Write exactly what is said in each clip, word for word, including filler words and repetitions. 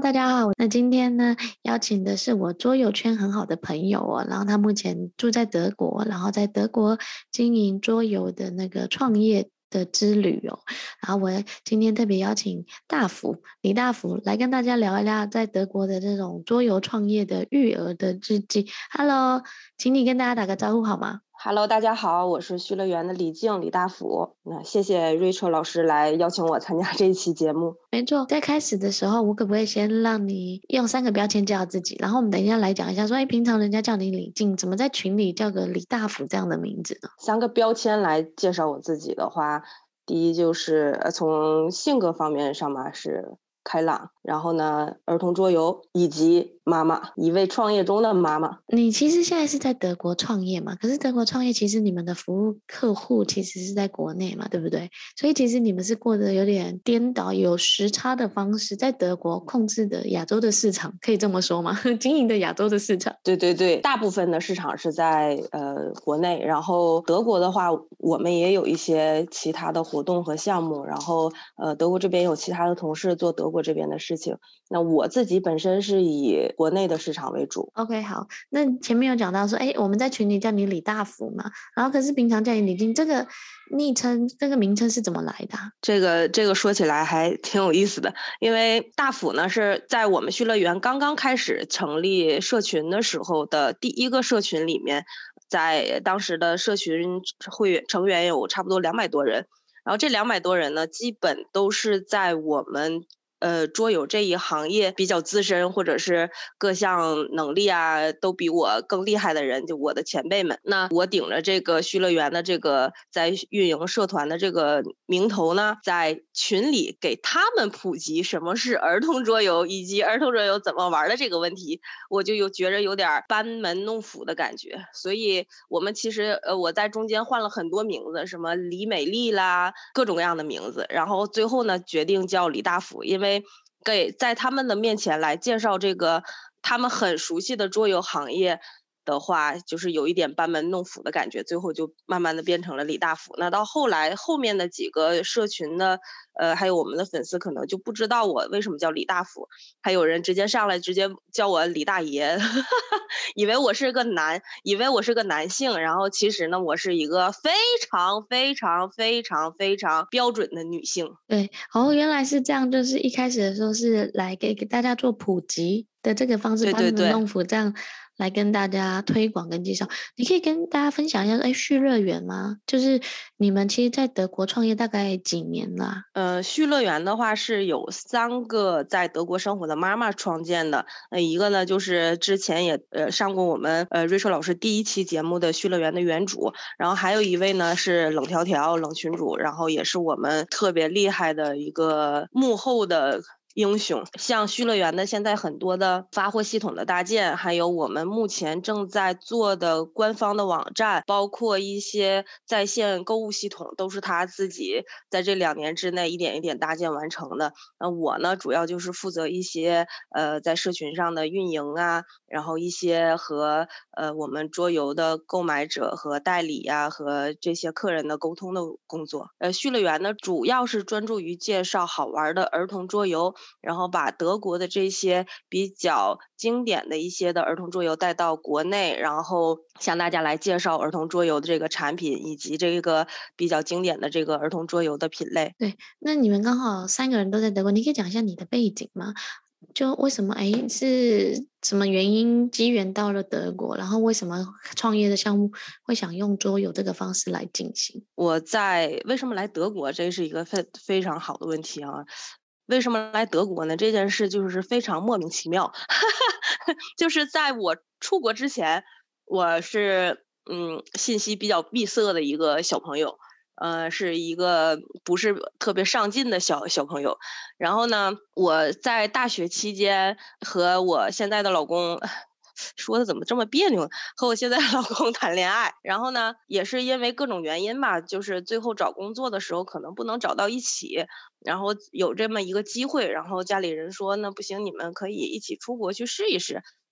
大家好。那今天呢，邀请的是我桌游圈很好的朋友哦，然后他目前住在德国，然后在德国经营桌游的那个创业的之旅哦。然后我今天特别邀请大福李大福来跟大家聊一聊在德国的这种桌游创业的育儿的日记。Hello，请你跟大家打个招呼好吗？ Hello，大家好，我是旭乐园的李静，李大福。那谢谢 Rachel 老师来邀请我参加这一期节目。 没错，在开始的时候，我可不可以先让你用三个标签介绍自己，然后我们等一下来讲一下说，哎，平常人家叫你李静，怎么在群里叫个李大福这样的名字呢？ 三个标签来介绍我自己的话，第一就是呃从性格方面上嘛是开朗，然后呢儿童桌游以及妈妈，一位创业中的妈妈。 你其实现在是在德国创业嘛？可是德国创业其实你们的服务客户其实是在国内嘛，对不对？所以其实你们是过得有点颠倒，有时差的方式，在德国控制的亚洲的市场，可以这么说吗？经营的亚洲的市场。 对对对，大部分的市场是在呃国内，然后德国的话，我们也有一些其他的活动和项目，然后呃德国这边有其他的同事做德国这边的事情。那我自己本身是以国内的市场为主。 OK，好，那前面有讲到说，哎，我们在群里叫你李大福嘛，然后可是平常叫你李静，这个昵称、这个名称是怎么来的啊？ 这个这个说起来还挺有意思的，因为大福呢是在我们旭乐园刚刚开始成立社群的时候的第一个社群里面，在当时的社群会员成员有差不多两百多人，然后这两百多人呢，基本都是在我们呃桌游这一行业比较资深，或者是各项能力啊都比我更厉害的人，就我的前辈们。那我顶着这个旭乐园的这个在运营社团的这个名头呢，在群里给他们普及什么是儿童桌游，以及儿童桌游怎么玩的这个问题，我就有觉着有点班门弄斧的感觉。所以我们其实呃我在中间换了很多名字，什么李美丽啦，各种各样的名字，然后最后呢决定叫李大福，因为给在他们的面前来介绍这个他们很熟悉的桌游行业的话，就是有一点班门弄斧的感觉，最后就慢慢的变成了李大福。那到后来后面的几个社群的呃还有我们的粉丝可能就不知道我为什么叫李大福，还有人直接上来直接叫我李大爷以为我是个男以为我是个男性，然后其实呢我是一个非常非常非常非常标准的女性。 对，哦，原来是这样，就是一开始的时候是来给给大家做普及的这个方式， 对班对对。 门弄斧，这样来跟大家推广跟介绍。你可以跟大家分享一下，哎，旭乐园吗？就是你们其实在德国创业大概几年啦？ 呃，旭乐园的话是有三个在德国生活的妈妈创建的，呃，一个呢就是之前也呃上过我们呃瑞硕老师第一期节目的旭乐园的园主，然后还有一位呢是冷条条冷群主，然后也是我们特别厉害的一个幕后的英雄。像旭乐园的现在很多的发货系统的搭建，还有我们目前正在做的官方的网站，包括一些在线购物系统，都是他自己在这两年之内一点一点搭建完成的。那我呢，主要就是负责一些呃在社群上的运营啊，然后一些和呃我们桌游的购买者和代理呀、和这些客人的沟通的工作。呃，旭乐园呢，主要是专注于介绍好玩的儿童桌游，然后把德国的这些比较经典的一些的儿童桌游带到国内，然后向大家来介绍儿童桌游的这个产品，以及这个比较经典的这个儿童桌游的品类。 对，那你们刚好三个人都在德国，你可以讲一下你的背景吗？就为什么哎是什么原因机缘到了德国，然后为什么创业的项目会想用桌游这个方式来进行？ 我在为什么来德国？这是一个非非常好的问题啊。为什么来德国呢？这件事就是非常莫名其妙。就是在我出国之前，我是嗯信息比较闭塞的一个小朋友，呃，是一个不是特别上进的小小朋友。然后呢，我在大学期间和我现在的老公说的怎么这么别扭呢？和我现在的老公谈恋爱，然后呢，也是因为各种原因吧，就是最后找工作的时候可能不能找到一起，然后有这么一个机会，然后家里人说那不行，你们可以一起出国去试一试。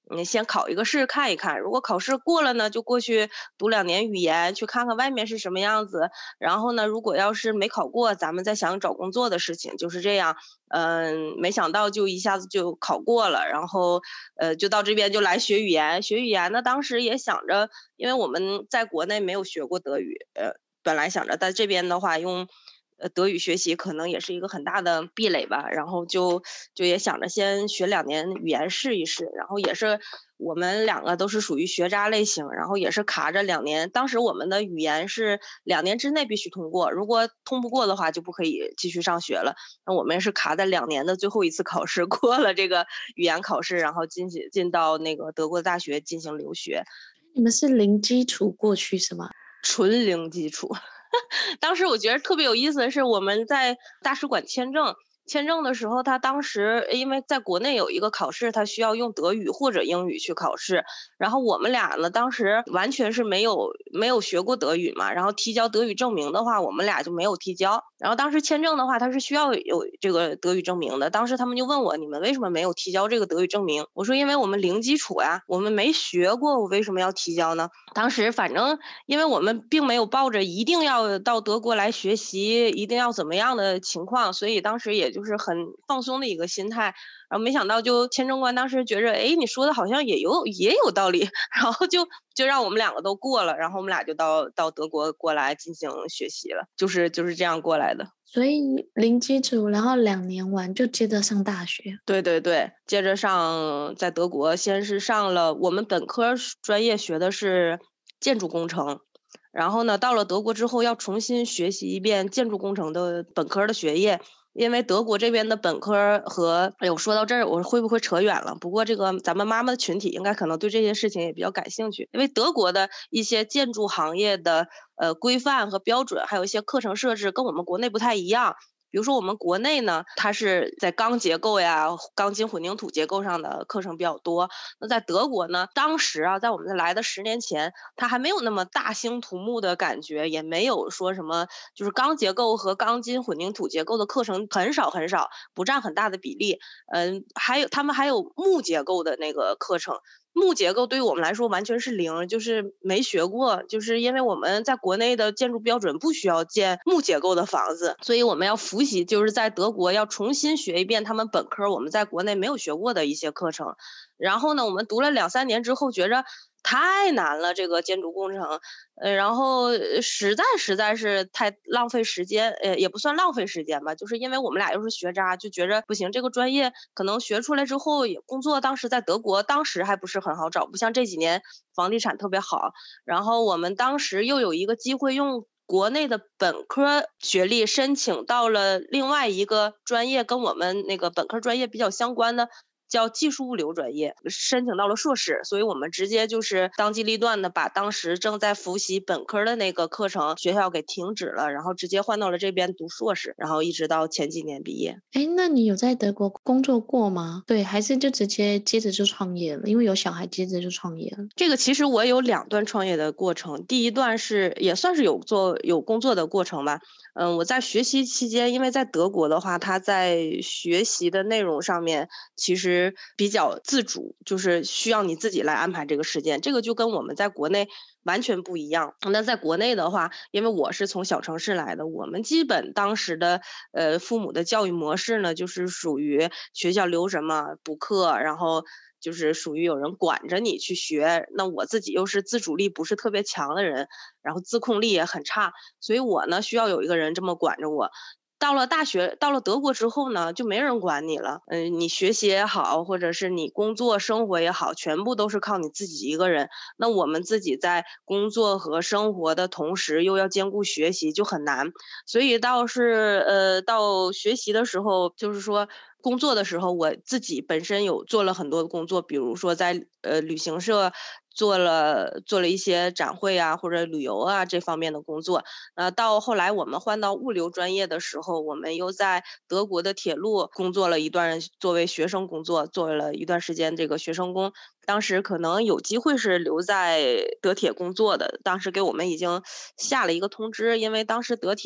你先考一个试看一看，如果考试过了呢，就过去读两年语言，去看看外面是什么样子。然后呢，如果要是没考过，咱们再想找工作的事情，就是这样。嗯，没想到就一下子就考过了，然后呃，就到这边就来学语言。学语言呢，当时也想着，因为我们在国内没有学过德语，呃，本来想着在这边的话用。呃，德语学习可能也是一个很大的壁垒吧，然后就就也想着先学两年语言试一试，然后也是我们两个都是属于学渣类型，然后也是卡着两年。当时我们的语言是两年之内必须通过，如果通不过的话就不可以继续上学了。那我们也是卡在两年的最后一次考试，过了这个语言考试，然后进去进到那个德国大学进行留学。 你们是零基础过去是吗？ 纯零基础。当时我觉得特别有意思的是，我们在大使馆签证签证的时候，他当时因为在国内有一个考试，他需要用德语或者英语去考试。然后我们俩呢，当时完全是没有没有学过德语嘛，然后提交德语证明的话，我们俩就没有提交。然后当时签证的话，他是需要有这个德语证明的。当时他们就问我，你们为什么没有提交这个德语证明？我说因为我们零基础呀，我们没学过，我为什么要提交呢？当时反正因为我们并没有抱着一定要到德国来学习，一定要怎么样的情况，所以当时也就是很放松的一个心态。然后没想到就签证官当时觉着，哎，你说的好像也有也有道理，然后就就让我们两个都过了，然后我们俩就到到德国过来进行学习了，就是就是这样过来的。 所以零基础，然后两年完就接着上大学。 对对对，接着上在德国，先是上了我们本科专业学的是建筑工程，然后呢，到了德国之后要重新学习一遍建筑工程的本科的学业。因为德国这边的本科和，哎呦，说到这儿我会不会扯远了？不过这个咱们妈妈的群体应该可能对这些事情也比较感兴趣，因为德国的一些建筑行业的呃规范和标准，还有一些课程设置跟我们国内不太一样。比如说我们国内呢，它是在钢结构呀、钢筋混凝土结构上的课程比较多。那在德国呢，当时啊，在我们来的十年前，它还没有那么大兴土木的感觉，也没有说什么就是钢结构和钢筋混凝土结构的课程很少很少，不占很大的比例。嗯，还有他们还有木结构的那个课程。木结构对于我们来说完全是零，就是没学过，就是因为我们在国内的建筑标准不需要建木结构的房子，所以我们要复习，就是在德国要重新学一遍他们本科我们在国内没有学过的一些课程。然后呢，我们读了两三年之后，觉着太难了，这个建筑工程，呃，然后呃实在实在是太浪费时间，呃，也不算浪费时间吧，就是因为我们俩又是学渣，就觉着不行，这个专业可能学出来之后也工作，当时在德国，当时还不是很好找，不像这几年房地产特别好。然后我们当时又有一个机会用国内的本科学历申请到了另外一个专业，跟我们那个本科专业比较相关的，叫技术物流专业，申请到了硕士，所以我们直接就是当机立断的把当时正在复习本科的那个课程学校给停止了，然后直接换到了这边读硕士，然后一直到前几年毕业。 哎，那你有在德国工作过吗？对，还是就直接接着就创业了？因为有小孩，接着就创业了。 这个其实我有两段创业的过程，第一段是也算是有做有工作的过程吧。嗯，我在学习期间，因为在德国的话，他在学习的内容上面其实比较自主，就是需要你自己来安排这个时间，这个就跟我们在国内完全不一样。那在国内的话，因为我是从小城市来的，我们基本当时的呃父母的教育模式呢，就是属于学校留什么补课，然后就是属于有人管着你去学。那我自己又是自主力不是特别强的人，然后自控力也很差，所以我呢需要有一个人这么管着我。到了大学，到了德国之后呢，就没人管你了。嗯，你学习也好，或者是你工作生活也好，全部都是靠你自己一个人。那我们自己在工作和生活的同时，又要兼顾学习，就很难。所以倒是呃，到学习的时候，就是说工作的时候，我自己本身有做了很多的工作，比如说在呃旅行社做了做了一些展会啊或者旅游啊这方面的工作。呃，到后来我们换到物流专业的时候，我们又在德国的铁路工作了一段，作为学生工作，做了一段时间这个学生工。当时可能有机会是留在德铁工作的，当时给我们已经下了一个通知，因为当时德铁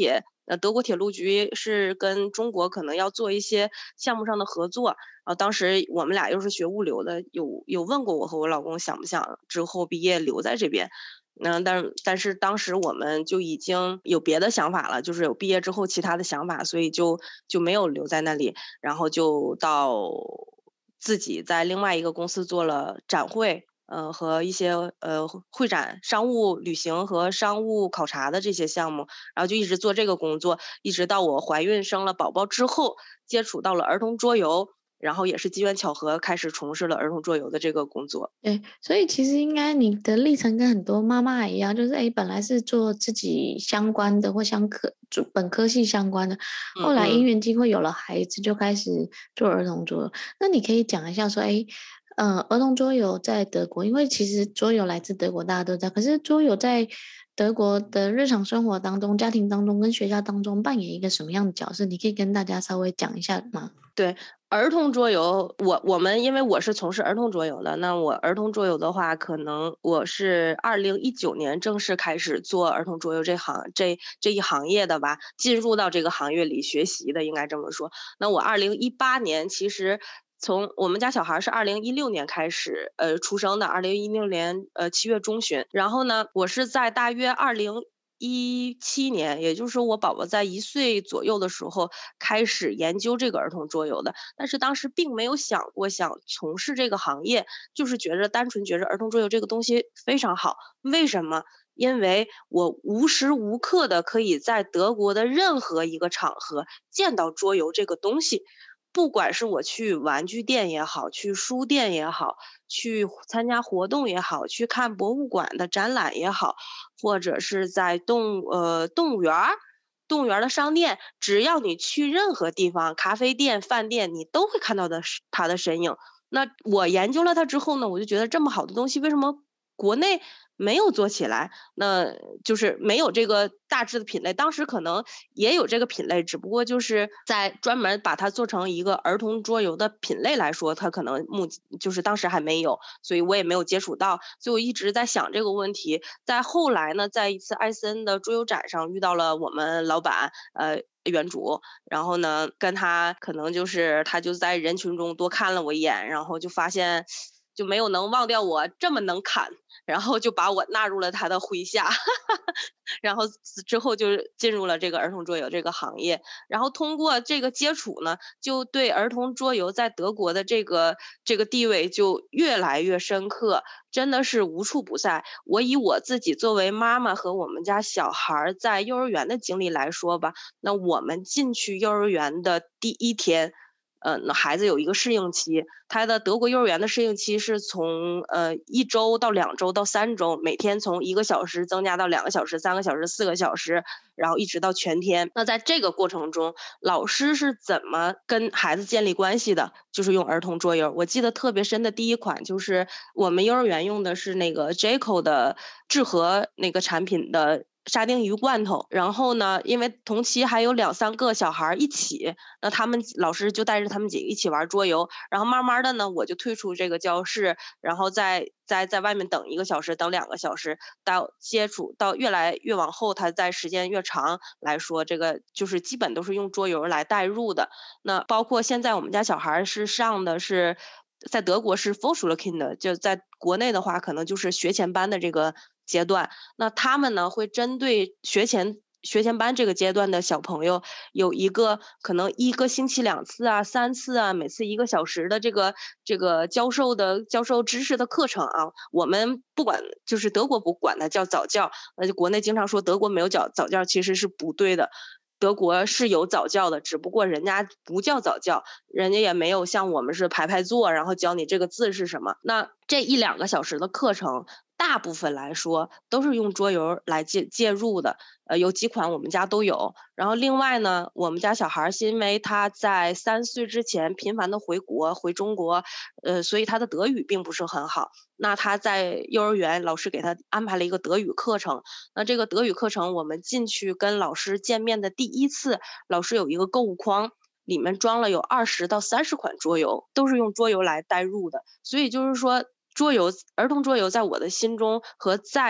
呃，德国铁路局是跟中国可能要做一些项目上的合作，啊，当时我们俩又是学物流的，有有问过我和我老公想不想之后毕业留在这边。嗯，但但是当时我们就已经有别的想法了，就是有毕业之后其他的想法，所以就就没有留在那里，然后就到自己在另外一个公司做了展会，呃，和一些呃会展、商务旅行和商务考察的这些项目，然后就一直做这个工作，一直到我怀孕生了宝宝之后，接触到了儿童桌游，然后也是机缘巧合开始从事了儿童桌游的这个工作。 对，所以其实应该你的历程跟很多妈妈一样，就是诶，本来是做自己相关的或相科就本科系相关的，后来因嗯嗯。 缘机会有了孩子，就开始做儿童桌游。那你可以讲一下说，诶，呃，儿童桌游在德国，因为其实桌游来自德国，大家都知道，可是桌游在德国的日常生活当中、家庭当中跟学校当中扮演一个什么样的角色？你可以跟大家稍微讲一下吗？ 对，儿童桌游，我我们因为我是从事儿童桌游的，那我儿童桌游的话，可能我是二零一九年正式开始做儿童桌游这行这这一行业的吧，进入到这个行业里学习的，应该这么说。那我二零一八年其实从我们家小孩是二零一六年开始，呃，出生的二零一六年，呃七月中旬。然后呢，我是在大约二零一七年，也就是说我宝宝在一岁左右的时候开始研究这个儿童桌游的。但是当时并没有想过想从事这个行业，就是觉着单纯觉着儿童桌游这个东西非常好。为什么？因为我无时无刻的可以在德国的任何一个场合见到桌游这个东西。不管是我去玩具店也好，去书店也好，去参加活动也好，去看博物馆的展览也好，或者是在动物呃，动物园儿动物园儿的商店，只要你去任何地方，咖啡店、饭店，你都会看到的是它的身影。那我研究了它之后呢，我就觉得这么好的东西，为什么国内没有做起来？那就是没有这个大致的品类，当时可能也有这个品类，只不过就是在专门把它做成一个儿童桌游的品类来说，它可能目就是当时还没有，所以我也没有接触到，所以我一直在想这个问题。在后来呢，在一次艾森的桌游展上遇到了我们老板，呃，原主，然后呢，跟他可能就是他就在人群中多看了我一眼，然后就发现就没有能忘掉我这么能砍，然后就把我纳入了他的麾下。然后之后就进入了这个儿童桌游这个行业，然后通过这个接触呢，就对儿童桌游在德国的这个这个地位就越来越深刻，真的是无处不在。我以我自己作为妈妈和我们家小孩儿在幼儿园的经历来说吧，那我们进去幼儿园的第一天，呃，那孩子有一个适应期，他的德国幼儿园的适应期是从呃一周到两周到三周，每天从一个小时增加到两个小时、三个小时、四个小时，然后一直到全天。那在这个过程中，老师是怎么跟孩子建立关系的？就是用儿童桌游。我记得特别深的第一款就是我们幼儿园用的是那个 Jayco 的智和那个产品的沙丁鱼罐头，然后呢，因为同期还有两三个小孩儿一起，那他们老师就带着他们几个一起玩桌游，然后慢慢的呢，我就退出这个教室，然后在在在外面等一个小时，等两个小时，到接触到越来越往后，他在时间越长来说，这个就是基本都是用桌游来代入的。那包括现在我们家小孩儿是上的是在德国是 Vorschulkinder，就在国内的话可能就是学前班的这个阶段。那他们呢，会针对学前学前班这个阶段的小朋友，有一个可能一个星期两次啊、三次啊，每次一个小时的这个这个教授的教授知识的课程啊。我们不管就是德国不管它叫早教，那就国内经常说德国没有早早教，其实是不对的。德国是有早教的，只不过人家不叫早教，人家也没有像我们是排排坐，然后教你这个字是什么。那这一两个小时的课程，大部分来说都是用桌游来介介入的，呃，有几款我们家都有。然后另外呢，我们家小孩儿是因为他在三岁之前频繁的回国回中国，呃，所以他的德语并不是很好。那他在幼儿园，老师给他安排了一个德语课程。那这个德语课程，我们进去跟老师见面的第一次，老师有一个购物筐，里面装了有二十到三十款桌游，都是用桌游来代入的。所以就是说，桌游儿童桌游在我的心中和在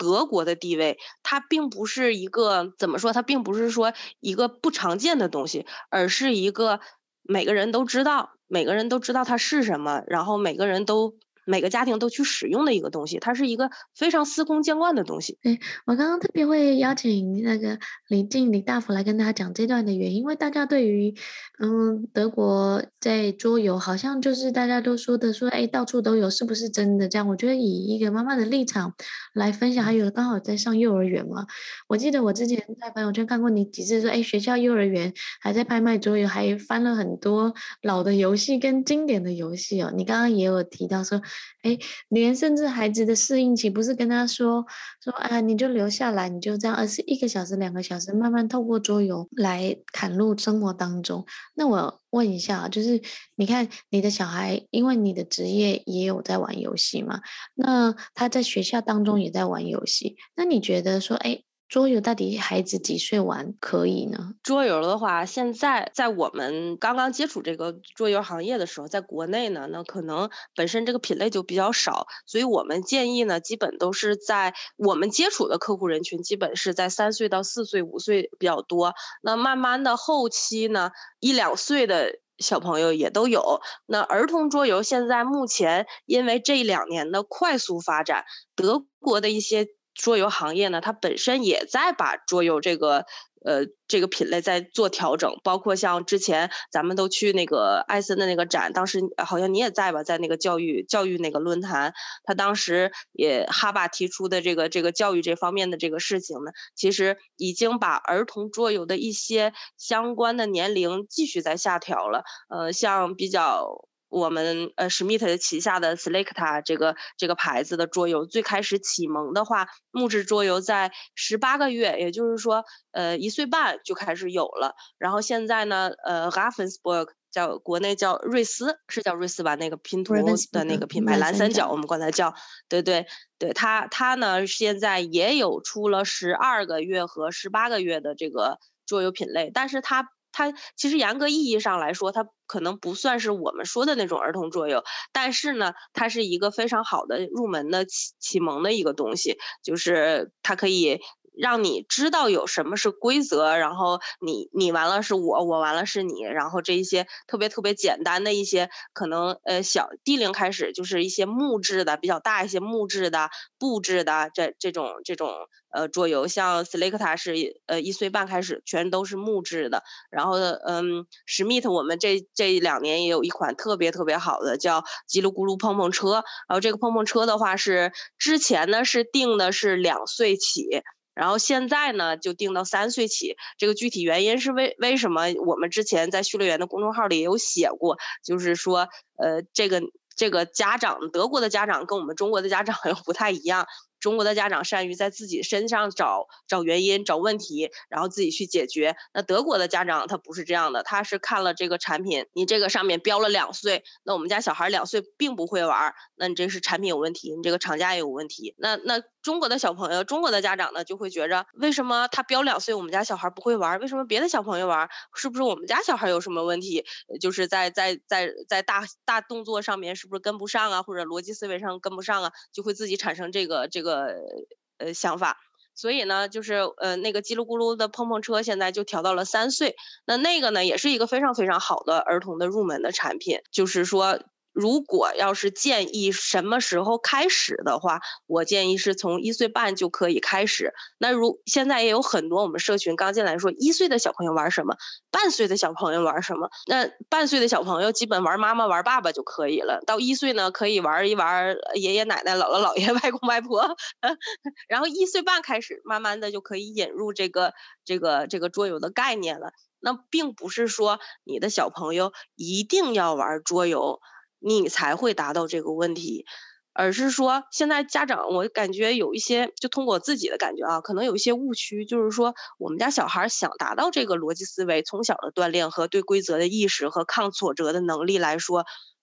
德国的地位，它并不是一个怎么说，它并不是说一个不常见的东西，而是一个每个人都知道，每个人都知道它是什么，然后每个人都每个家庭都去使用的一个东西，它是一个非常司空见惯的东西。 对，我刚刚特别会邀请那个李静李大夫来跟大家讲这段的原因，因为大家对于嗯德国在桌游好像就是大家都说的说，哎，到处都有，是不是真的？这样，我觉得以一个妈妈的立场来分享，还有刚好在上幼儿园嘛，我记得我之前在朋友圈看过你几次说，哎，学校幼儿园还在拍卖桌游，还翻了很多老的游戏跟经典的游戏哦。你刚刚也有提到说，哎，连甚至孩子的适应期不是跟他说说啊，你就留下来，你就这样，而是一个小时、两个小时，慢慢透过桌游来砍入生活当中。那我问一下啊，就是你看你的小孩，因为你的职业也有在玩游戏嘛，那他在学校当中也在玩游戏，那你觉得说，哎，桌游到底孩子几岁玩可以呢？ 桌游的话，现在在我们刚刚接触这个桌游行业的时候，在国内呢，那可能本身这个品类就比较少，所以我们建议呢，基本都是在我们接触的客户人群，基本是在三岁到四岁、五岁比较多。那慢慢的后期呢，一两岁的小朋友也都有。那儿童桌游现在目前因为这两年的快速发展，德国的一些桌游行业呢，它本身也在把桌游这个呃这个品类在做调整，包括像之前咱们都去那个艾森的那个展，当时好像你也在吧，在那个教育教育那个论坛，他当时也哈巴提出的这个这个教育这方面的这个事情呢，其实已经把儿童桌游的一些相关的年龄继续在下调了，呃，像比较。我们呃史密特旗下的 Selecta 这个这个牌子的桌游，最开始启蒙的话，木质桌游在十八个月，也就是说，呃一岁半就开始有了。然后现在呢，呃 Ravensburg 叫国内叫瑞斯，是叫瑞斯吧？那个拼图的那个品牌，蓝三角我们管它叫，对对对，它它呢现在也有出了十二个月和十八个月的这个桌游品类，但是它。它其实严格意义上来说，它可能不算是我们说的那种儿童桌游，但是呢，它是一个非常好的入门的启启蒙的一个东西，就是它可以让你知道有什么是规则，然后你你完了是我，我完了是你，然后这一些特别特别简单的一些可能呃小低龄开始就是一些木质的比较大一些木质的布置的这这种这种呃桌游，像 Selecta 是呃一岁半开始全都是木质的，然后嗯史密特我们这这两年也有一款特别特别好的叫叽噜咕噜碰碰车，然后这个碰碰车的话是之前呢是定的是两岁起。然后现在呢，就定到三岁起。这个具体原因是为为什么？我们之前在旭乐园的公众号里也有写过，就是说，呃，这个这个家长，德国的家长跟我们中国的家长又不太一样。中国的家长善于在自己身上找找原因、找问题，然后自己去解决。那德国的家长他不是这样的，他是看了这个产品，你这个上面标了两岁，那我们家小孩两岁并不会玩，那你这是产品有问题，你这个厂家也有问题。那那中国的小朋友，中国的家长呢就会觉着，为什么他标两岁，我们家小孩不会玩？为什么别的小朋友玩？是不是我们家小孩有什么问题？就是在在在在大大动作上面是不是跟不上啊，或者逻辑思维上跟不上啊，就会自己产生这个这个呃想法。所以呢，就是呃那个叽噜咕噜的碰碰车现在就调到了三岁，那那个呢也是一个非常非常好的儿童的入门的产品，就是说。如果要是建议什么时候开始的话，我建议是从一岁半就可以开始。那如现在也有很多我们社群刚进来说，一岁的小朋友玩什么，半岁的小朋友玩什么。那半岁的小朋友基本玩妈妈玩爸爸就可以了，到一岁呢可以玩一玩爷爷奶奶、姥姥姥爷、外公外婆，然后一岁半开始，慢慢的就可以引入这个这个这个桌游的概念了。那并不是说你的小朋友一定要玩桌游。你才会达到这个问题，而是说现在家长我感觉有一些，就通过我自己的感觉啊，可能有一些误区，就是说我们家小孩想达到这个逻辑思维，从小的锻炼和对规则的意识和抗挫折的能力来说，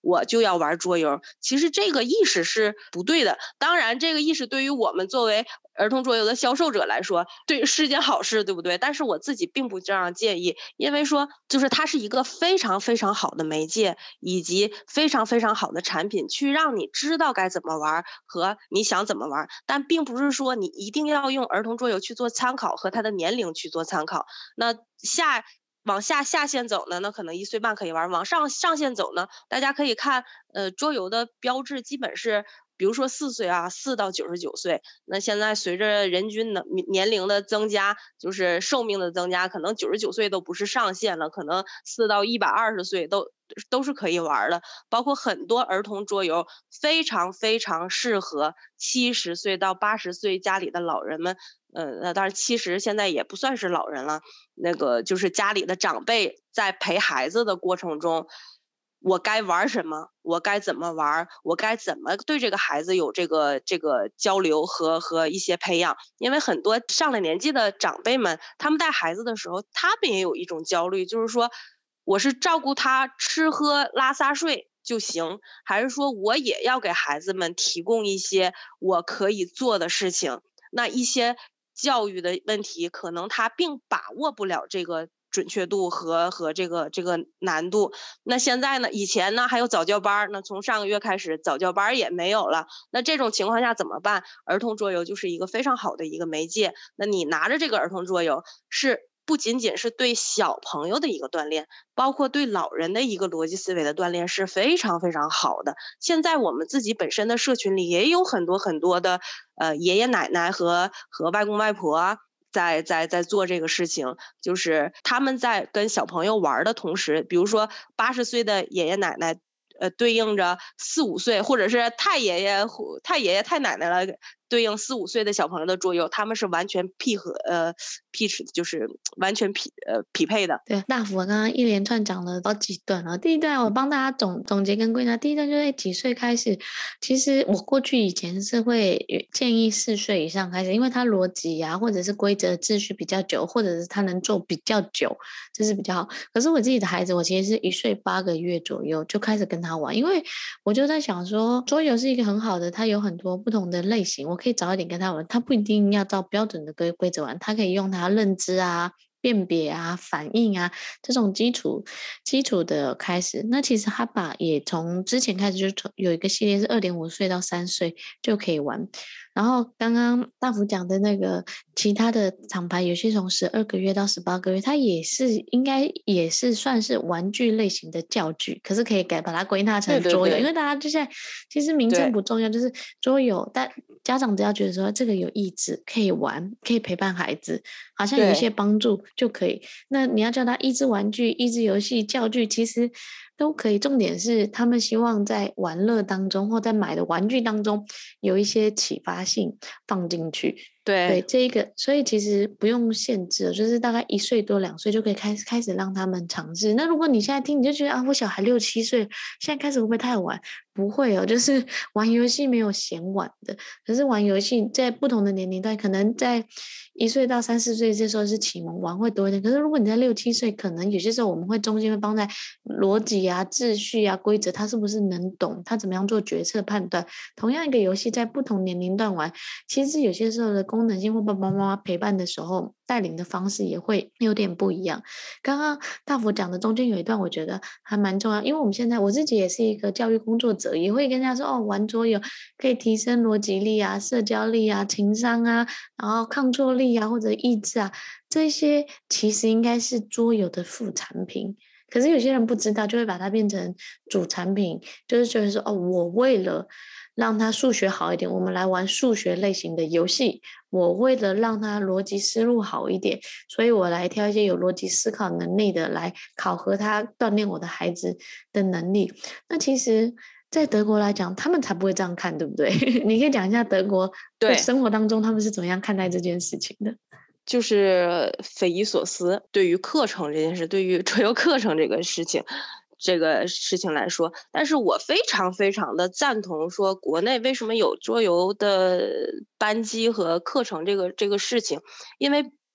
我就要玩桌游。其实这个意识是不对的。当然，这个意识对于我们作为儿童桌游的销售者来说，对是件好事，对不对？但是我自己并不这样建议，因为说就是它是一个非常非常好的媒介，以及非常非常好的产品，去让你知道该怎么玩和你想怎么玩，但并不是说你一定要用儿童桌游去做参考和他的年龄去做参考。那下往下下线走呢，那可能一岁半可以玩；往上上线走呢，大家可以看，呃，桌游的标志基本是，比如说四岁啊，四到九十九岁。那现在随着人均的年龄的增加，就是寿命的增加，可能九十九岁都不是上限了，可能四到一百二十岁都都是可以玩的。包括很多儿童桌游，非常非常适合七十岁到八十岁家里的老人们。呃，那当然七十现在也不算是老人了，那个就是家里的长辈在陪孩子的过程中，我该玩什么，我该怎么玩，我该怎么对这个孩子有这个这个交流和和一些培养。因为很多上了年纪的长辈们，他们带孩子的时候，他们也有一种焦虑，就是说我是照顾他吃喝拉撒睡就行，还是说我也要给孩子们提供一些我可以做的事情。那一些教育的问题，可能他并把握不了这个准确度和和这个这个难度。那现在呢，以前呢还有早教班，那从上个月开始早教班也没有了。那这种情况下怎么办？儿童桌游就是一个非常好的一个媒介。那你拿着这个儿童桌游，是不仅仅是对小朋友的一个锻炼，包括对老人的一个逻辑思维的锻炼是非常非常好的。现在我们自己本身的社群里也有很多很多的呃爷爷奶奶和和外公外婆在在在做这个事情，就是他们在跟小朋友玩的同时，比如说八十岁的爷爷奶奶，呃，对应着四五岁，或者是太爷爷、太爷爷、太奶奶了，对应四五岁的小朋友的桌游，他们是完全匹合呃匹就是完全匹呃匹配的。 对，大福刚刚一连串讲了好几段了。第一段我帮大家总总结跟归纳，第一段就是几岁开始，其实我过去以前是会建议四岁以上开始，因为他逻辑啊或者是规则秩序比较久，或者是他能做比较久，这是比较好。可是我自己的孩子，我其实是一岁八个月左右就开始跟他玩，因为我就在想说，桌游是一个很好的，它有很多不同的类型，我可以早一点跟他玩，他不一定要照标准的规规则玩，他可以用他认知啊。辨别啊、反应啊这种基础基础的开始，那其实哈巴也从之前开始就有一个系列是二点五岁到三岁就可以玩。然后刚刚大福讲的那个其他的厂牌，有些从十二个月到十八个月，它也是应该也是算是玩具类型的教具，可是可以改把它归纳成桌游，因为大家就现在其实名称不重要，就是桌游，但家长只要觉得说这个有益智，可以玩，可以陪伴孩子，好像有一些帮助就可以。那你要叫他益智玩具、益智游戏、教具，其实都可以。重点是他们希望在玩乐当中或在买的玩具当中有一些启发性放进去。 对对，这一个，所以其实不用限制，就是大概一岁多两岁就可以开始开始让他们尝试。那如果你现在听你就觉得啊，我小孩六七岁，现在开始会不会太晚？不会哦，就是玩游戏没有嫌晚的，可是玩游戏在不同的年龄段，可能在一岁到三四岁这时候是启蒙玩会多一点。可是如果你在六七岁，可能有些时候我们会中间会放在逻辑啊、秩序啊、规则，他是不是能懂，他怎么样做决策判断。同样一个游戏在不同年龄段玩，其实有些时候的功能性或爸爸妈妈陪伴的时候带领的方式也会有点不一样。刚刚大福讲的中间有一段，我觉得还蛮重要，因为我们现在我自己也是一个教育工作者，也会跟人家说哦，玩桌游可以提升逻辑力啊、社交力啊、情商啊，然后抗挫力啊或者意志啊，这些其实应该是桌游的副产品。可是有些人不知道，就会把它变成主产品，就是觉得说哦，我为了让他数学好一点，我们来玩数学类型的游戏。我为了让他逻辑思路好一点，所以我来挑一些有逻辑思考能力的来考核他，锻炼我的孩子的能力。那其实在德国来讲，他们才不会这样看，对不对？你可以讲一下德国的生活当中他们是怎么样看待这件事情的？ 就是匪夷所思，对于课程这件事，对于桌游课程这个事情，这个事情来说，但是我非常非常的赞同说，国内为什么有桌游的班级和课程这个这个事情，因为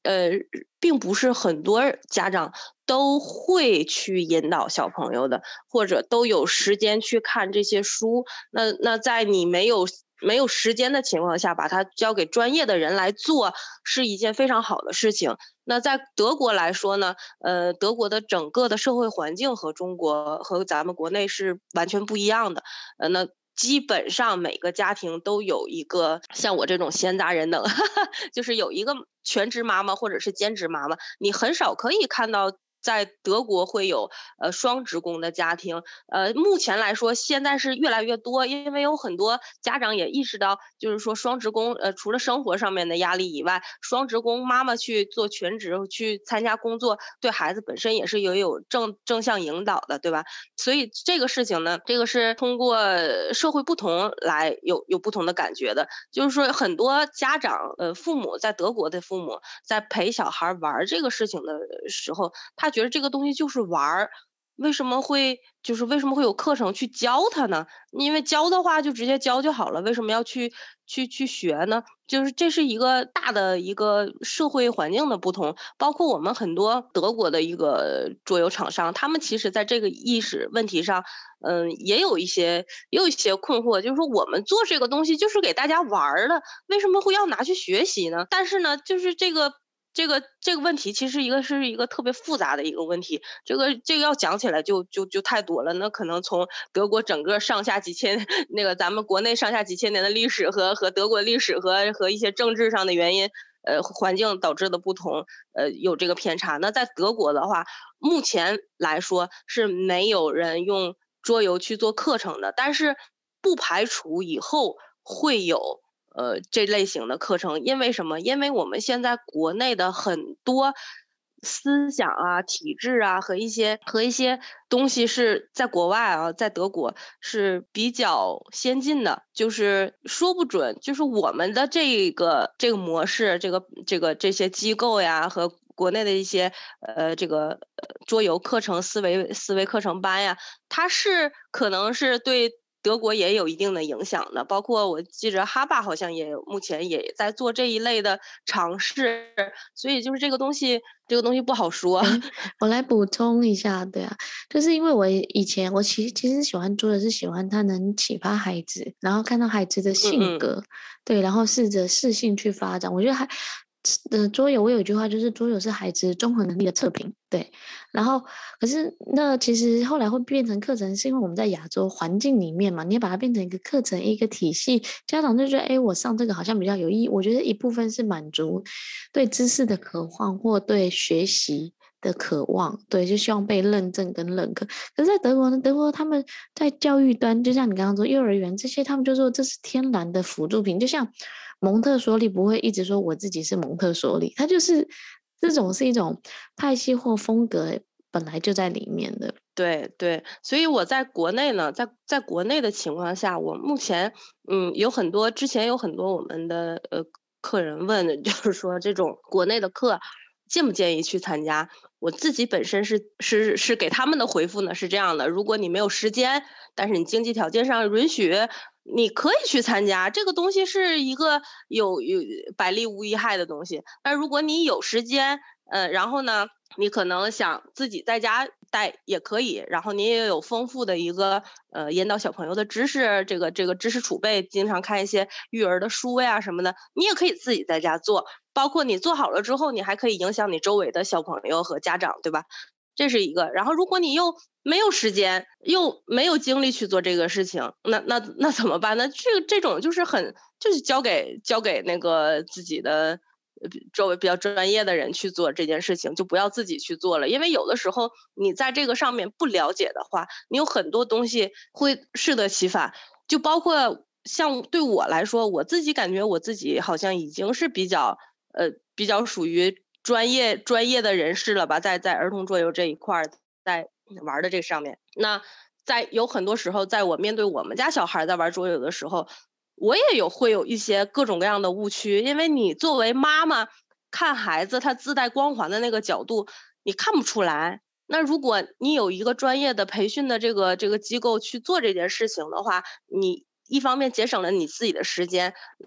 呃，并不是很多家长都会去引导小朋友的，或者都有时间去看这些书。那那在你没有没有时间的情况下，把它交给专业的人来做，是一件非常好的事情。那在德国来说呢，呃，德国的整个的社会环境和中国和咱们国内是完全不一样的。呃，那基本上每个家庭都有一个像我这种闲杂人等，就是有一个全职妈妈或者是兼职妈妈，你很少可以看到在德国会有呃双职工的家庭。呃，目前来说现在是越来越多，因为有很多家长也意识到，就是说双职工呃除了生活上面的压力以外，双职工妈妈去做全职去参加工作，对孩子本身也是有有正正向引导的，对吧？所以这个事情呢，这个是通过社会不同来有有不同的感觉的。就是说很多家长，呃，父母在德国的父母在陪小孩玩这个事情的时候，他觉得这个东西就是玩儿，为什么会就是为什么会有课程去教他呢？因为教的话就直接教就好了，为什么要去去去学呢？就是这是一个大的一个社会环境的不同，包括我们很多德国的一个桌游厂商，他们其实在这个意识问题上，嗯，也有一些也有一些困惑，就是说我们做这个东西就是给大家玩儿的，为什么会要拿去学习呢？但是呢，就是这个这个这个问题其实一个是一个特别复杂的一个问题，这个这个要讲起来就就就太多了。那可能从德国整个上下几千那个咱们国内上下几千年的历史和和德国历史和和一些政治上的原因，呃，环境导致的不同，呃，有这个偏差。那在德国的话，目前来说是没有人用桌游去做课程的，但是不排除以后会有呃这类型的课程。因为什么？因为我们现在国内的很多思想啊、体制啊和一些和一些东西是在国外啊，在德国是比较先进的，就是说不准，就是我们的这个这个模式，这个这个这些机构呀和国内的一些呃这个呃桌游课程、思维思维课程班呀，它是可能是对德国也有一定的影响的。包括我记着哈巴好像也有目前也在做这一类的尝试，所以就是这个东西这个东西不好说。 诶，我来补充一下，对啊，就是因为我以前我其实其实喜欢桌游是喜欢它能启发孩子，然后看到孩子的嗯嗯。 性格，对，然后试着适性去发展。我觉得还呃，桌游我有一句话就是桌游是孩子综合能力的测评，对。然后可是那其实后来会变成课程，是因为我们在亚洲环境里面嘛，你也把它变成一个课程、一个体系，家长就觉得，诶，我上这个好像比较有意义。我觉得一部分是满足对知识的渴望或对学习的渴望，对，就希望被认证跟认可。可是在德国呢，德国他们在教育端，就像你刚刚说幼儿园这些，他们就说这是天然的辅助品，就像蒙特梭利不会一直说我自己是蒙特梭利，他就是这种是一种派系或风格本来就在里面的。 对对，所以我在国内呢，在在国内的情况下，我目前嗯有很多之前有很多我们的呃客人问的，就是说这种国内的课建不建议去参加？我自己本身是是是给他们的回复呢是这样的：如果你没有时间，但是你经济条件上允许，你可以去参加。这个东西是一个有有百利无一害的东西。但如果你有时间，呃，然后呢，你可能想自己在家带也可以，然后你也有丰富的一个呃引导小朋友的知识，这个这个知识储备，经常看一些育儿的书呀什么的，你也可以自己在家做。包括你做好了之后，你还可以影响你周围的小朋友和家长，对吧？这是一个。然后如果你又没有时间，又没有精力去做这个事情，那那那怎么办呢？这这种就是很就是交给交给那个自己的呃周围比较专业的人去做这件事情，就不要自己去做了。因为有的时候你在这个上面不了解的话，你有很多东西会适得其反，就包括像对我来说，我自己感觉我自己好像已经是比较呃比较属于专业专业的人士了吧，在在儿童桌游这一块儿，在玩的这上面。那在有很多时候，在我面对我们家小孩在玩桌游的时候，我也有会有一些各种各样的误区。因为你作为妈妈看孩子他自带光环的那个角度，你看不出来。那如果你有一个专业的培训的这个这个机构去做这件事情的话，你一方面节省了你自己的时间，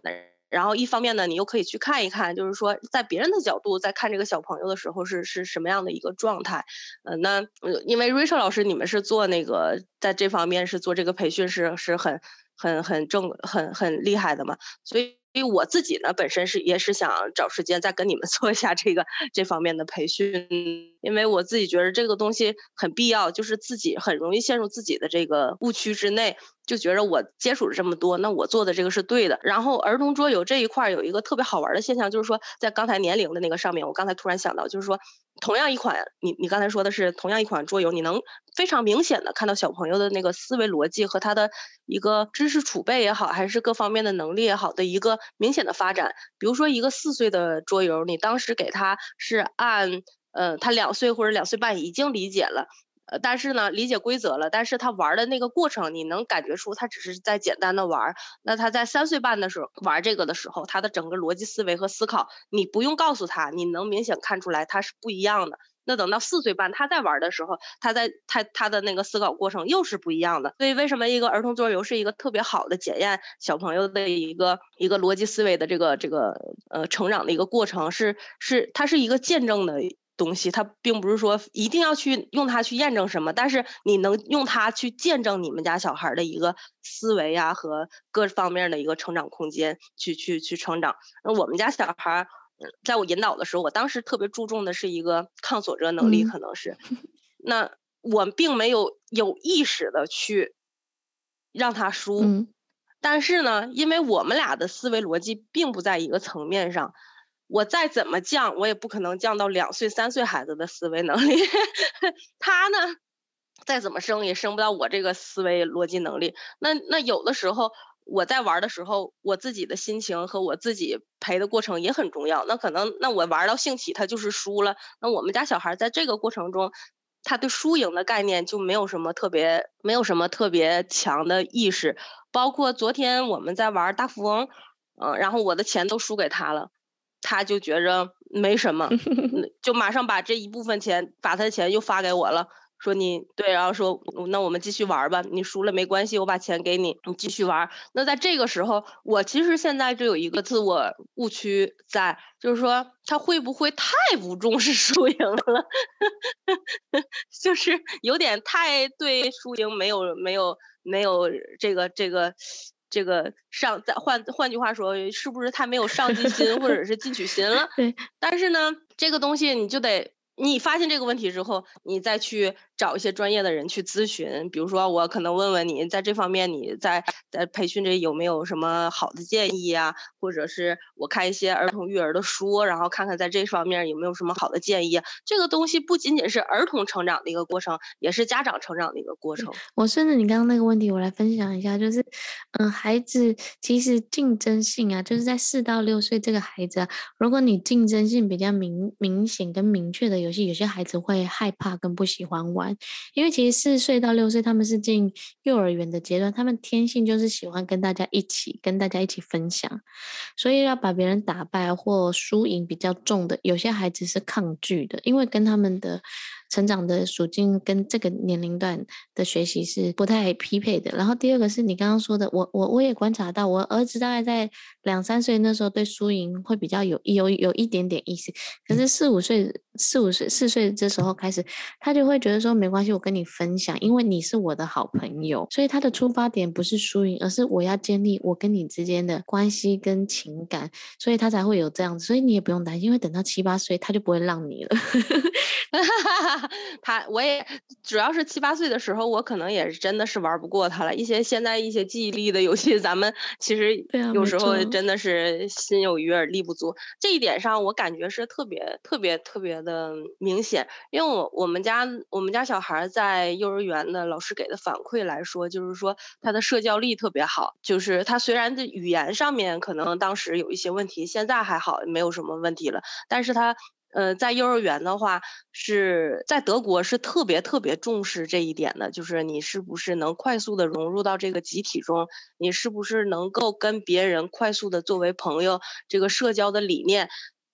然后一方面呢，你又可以去看一看，就是说在别人的角度在看这个小朋友的时候是是什么样的一个状态。呃，那呃因为 Rachel 老师你们是做那个在这方面是做这个培训是是很很很正很很厉害的嘛，所以我自己呢本身是也是想找时间再跟你们做一下这个这方面的培训，因为我自己觉得这个东西很必要，就是自己很容易陷入自己的这个误区之内，就觉得我接触了这么多，那我做的这个是对的。然后儿童桌游这一块有一个特别好玩的现象，就是说在刚才年龄的那个上面，我刚才突然想到，就是说同样一款，你你刚才说的是同样一款桌游，你能非常明显的看到小朋友的那个思维逻辑和他的一个知识储备也好，还是各方面的能力也好的一个明显的发展。比如说一个四岁的桌游，你当时给他是按呃他两岁或者两岁半已经理解了。呃，但是呢，理解规则了，但是他玩的那个过程，你能感觉出他只是在简单的玩。那他在三岁半的时候玩这个的时候，他的整个逻辑思维和思考，你不用告诉他，你能明显看出来他是不一样的。那等到四岁半他在玩的时候，他在他他的那个思考过程又是不一样的。所以为什么一个儿童桌游是一个特别好的检验小朋友的一个一个逻辑思维的这个这个呃成长的一个过程，是是它是一个见证的东西，它并不是说一定要去用它去验证什么，但是你能用它去见证你们家小孩的一个思维啊和各方面的一个成长空间，去去去成长。那我们家小孩在我引导的时候，我当时特别注重的是一个抗挫折能力， 嗯可能是，那我并没有有意识的去让他输， 嗯但是呢，因为我们俩的思维逻辑并不在一个层面上，我再怎么降，我也不可能降到两岁、三岁孩子的思维能力。他呢，再怎么生也生不到我这个思维逻辑能力。那那有的时候我在玩的时候，我自己的心情和我自己陪的过程也很重要。那可能那我玩到兴起，他就是输了。那我们家小孩在这个过程中，他对输赢的概念就没有什么特别没有什么特别强的意识。包括昨天我们在玩大富翁，嗯、然后我的钱都输给他了，他就觉着没什么，嗯，就马上把这一部分钱，把他的钱又发给我了，说你对，然后说那我们继续玩吧，你输了没关系，我把钱给你，你继续玩。那在这个时候，我其实现在就有一个自我误区在，就是说他会不会太不重视输赢了，就是有点太对输赢没有没有没有这个这个。这个上，再换换句话说，是不是太没有上进心或者是进取心了？ 对， 但是呢，这个东西你就得，你发现这个问题之后，你再去找一些专业的人去咨询。比如说，我可能问问你，在这方面你在在培训这有没有什么好的建议啊？或者是我看一些儿童育儿的书，然后看看在这方面有没有什么好的建议啊。这个东西不仅仅是儿童成长的一个过程，也是家长成长的一个过程。 我顺着你刚刚那个问题，我来分享一下，就是，嗯，孩子其实竞争性啊，就是在四到六岁这个孩子啊，如果你竞争性比较明明显跟明确的游戏，有些孩子会害怕跟不喜欢玩，因为其实四岁到六岁他们是进幼儿园的阶段，他们天性就是喜欢跟大家一起，跟大家一起分享，所以要把别人打败或输赢比较重的，有些孩子是抗拒的，因为跟他们的成长的属境跟这个年龄段的学习是不太匹配的。然后第二个是你刚刚说的，我我我也观察到，我儿子大概在两三岁那时候对输赢会比较有有有一点点意思，可是四五岁四五岁四岁这时候开始，他就会觉得说没关系，我跟你分享，因为你是我的好朋友，所以他的出发点不是输赢，而是我要建立我跟你之间的关系跟情感，所以他才会有这样子。所以你也不用担心，因为等到七八岁他就不会让你了。 他我也主要是七八岁的时候，我可能也是真的是玩不过他了。一些现在一些记忆力的游戏，咱们其实对啊， 有时没错。 候真的是心有余而力不足。这一点上，我感觉是特别特别特别的明显。因为我我们家我们家小孩在幼儿园的老师给的反馈来说，就是说他的社交力特别好，就是他虽然在语言上面可能当时有一些问题，现在还好，没有什么问题了，但是他。呃，在幼儿园的话，是在德国是特别特别重视这一点的，就是你是不是能快速的融入到这个集体中，你是不是能够跟别人快速的作为朋友，这个社交的理念，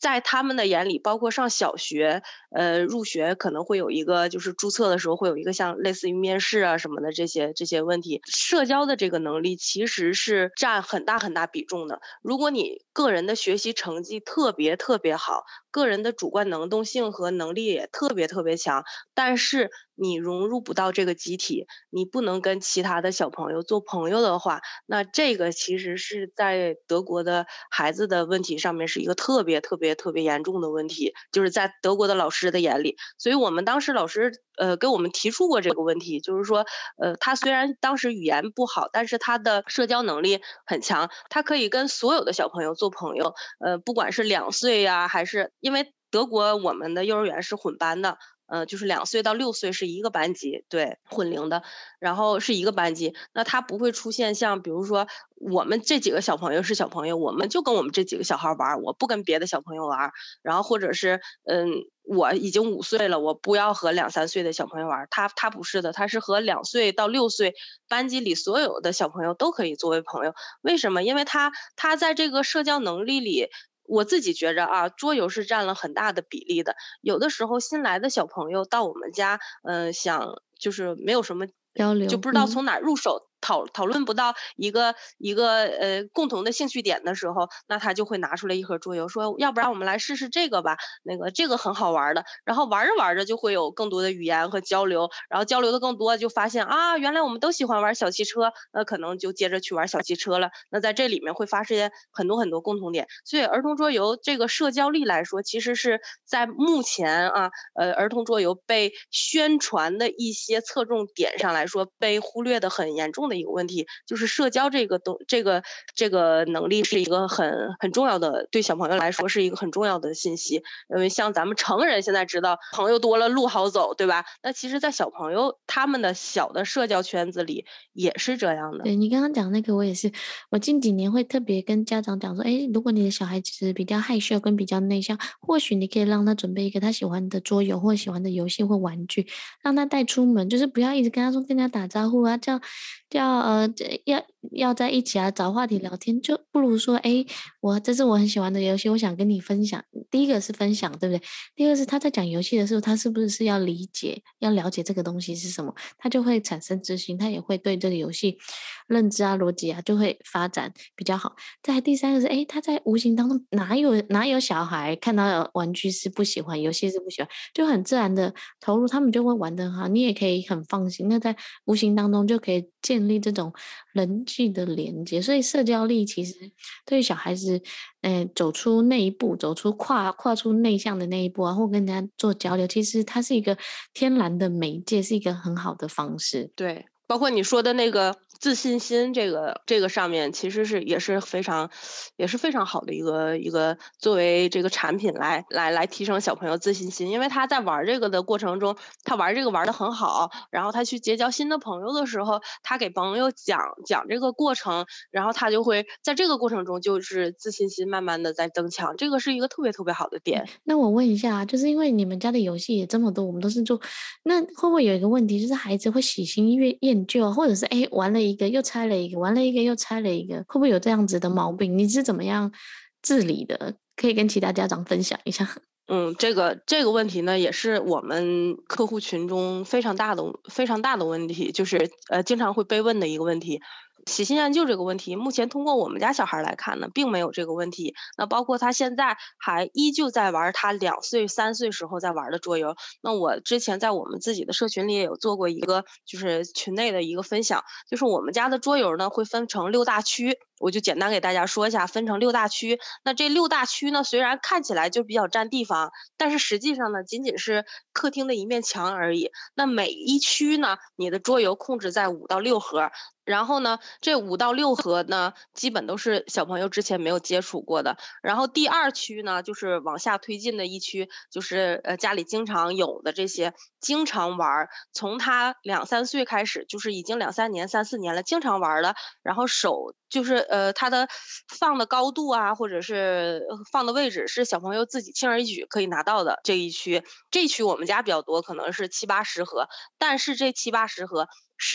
在他们的眼里，包括上小学，呃，入学可能会有一个就是注册的时候会有一个像类似于面试啊什么的这些这些问题，社交的这个能力其实是占很大很大比重的。如果你个人的学习成绩特别特别好，个人的主观能动性和能力也特别特别强，但是你融入不到这个集体，你不能跟其他的小朋友做朋友的话，那这个其实是在德国的孩子的问题上面是一个特别特别特别严重的问题，就是在德国的老师的眼里。所以我们当时老师呃给我们提出过这个问题，就是说呃他虽然当时语言不好，但是他的社交能力很强，他可以跟所有的小朋友做朋友，呃不管是两岁呀、还是因为德国我们的幼儿园是混班的。呃，就是两岁到六岁是一个班级，对，混龄的，然后是一个班级，那他不会出现像比如说我们这几个小朋友是小朋友，我们就跟我们这几个小孩玩，我不跟别的小朋友玩，然后或者是嗯，我已经五岁了，我不要和两三岁的小朋友玩，他他不是的，他是和两岁到六岁班级里所有的小朋友都可以作为朋友。为什么？因为他他在这个社交能力里。我自己觉着啊，桌游是占了很大的比例的。有的时候新来的小朋友到我们家，嗯、呃想就是没有什么， 交流， 就不知道嗯。 从哪入手，讨讨论不到一个一个呃共同的兴趣点的时候，那他就会拿出来一盒桌游，说要不然我们来试试这个吧，那个这个很好玩的。然后玩着玩着就会有更多的语言和交流，然后交流的更多，就发现啊，原来我们都喜欢玩小汽车，那可能就接着去玩小汽车了。那在这里面会发现很多很多共同点，所以儿童桌游这个社交力来说，其实是在目前啊，呃，儿童桌游被宣传的一些侧重点上来说，被忽略的很严重的一个问题，就是社交这个东这个这个能力是一个很很重要的，对小朋友来说是一个很重要的信息。因为像咱们成人现在知道朋友多了路好走，对吧？那其实在小朋友他们的小的社交圈子里也是这样的。 对，你刚刚讲那个我也是，我近几年会特别跟家长讲说，诶，如果你的小孩其实比较害羞跟比较内向，或许你可以让他准备一个他喜欢的桌游或喜欢的游戏或玩具，让他带出门，就是不要一直跟他说跟人家打招呼啊，叫叫呃这要要在一起啊，找话题聊天，就不如说，诶，我这是我很喜欢的游戏，我想跟你分享。第一个是分享，对不对？第二个是他在讲游戏的时候，他是不是要理解、要了解这个东西是什么，他就会产生自信，他也会对这个游戏认知啊、逻辑啊就会发展比较好。再来第三个是，诶，他在无形当中哪有哪有小孩看到玩具是不喜欢，游戏是不喜欢，就很自然的投入，他们就会玩得很好，你也可以很放心。那在无形当中就可以建立这种人际的连接，所以社交力其实对于小孩子，呃，走出那一步，走出跨跨出内向的那一步啊，或跟人家做交流，其实它是一个天然的媒介，是一个很好的方式。 对，包括你说的那个自信心，这个这个上面其实是也是非常也是非常好的一个一个作为这个产品来来来提升小朋友自信心。因为他在玩这个的过程中，他玩这个玩得很好，然后他去结交新的朋友的时候，他给朋友讲讲这个过程，然后他就会在这个过程中就是自信心慢慢的在增强，这个是一个特别特别好的点。 那我问一下啊，就是因为你们家的游戏也这么多，我们都是做，那会不会有一个问题，就是孩子会喜新厌厌旧啊，或者是诶玩了一个又拆了一个，玩了一个又拆了一个，会不会有这样子的毛病？你是怎么样治理的？可以跟其他家长分享一下。 嗯，这个这个问题呢，也是我们客户群中非常大的非常大的问题，就是呃经常会被问的一个问题。喜新厌旧这个问题，目前通过我们家小孩来看呢，并没有这个问题。那包括他现在还依旧在玩他两岁、三岁时候在玩的桌游。那我之前在我们自己的社群里也有做过一个，就是群内的一个分享，就是我们家的桌游呢会分成六大区，我就简单给大家说一下，分成六大区。那这六大区呢，虽然看起来就比较占地方，但是实际上呢，仅仅是客厅的一面墙而已。那每一区呢，你的桌游控制在五到六盒。然后呢，这五到六盒呢，基本都是小朋友之前没有接触过的。然后第二区呢，就是往下推进的一区，就是呃家里经常有的这些，经常玩儿，从他两三岁开始，就是已经两三年、三四年了，经常玩儿了。然后手就是呃他的放的高度啊，或者是呃放的位置是小朋友自己轻而易举可以拿到的这一区。这一区我们家比较多，可能是七八十盒，但是这七八十盒是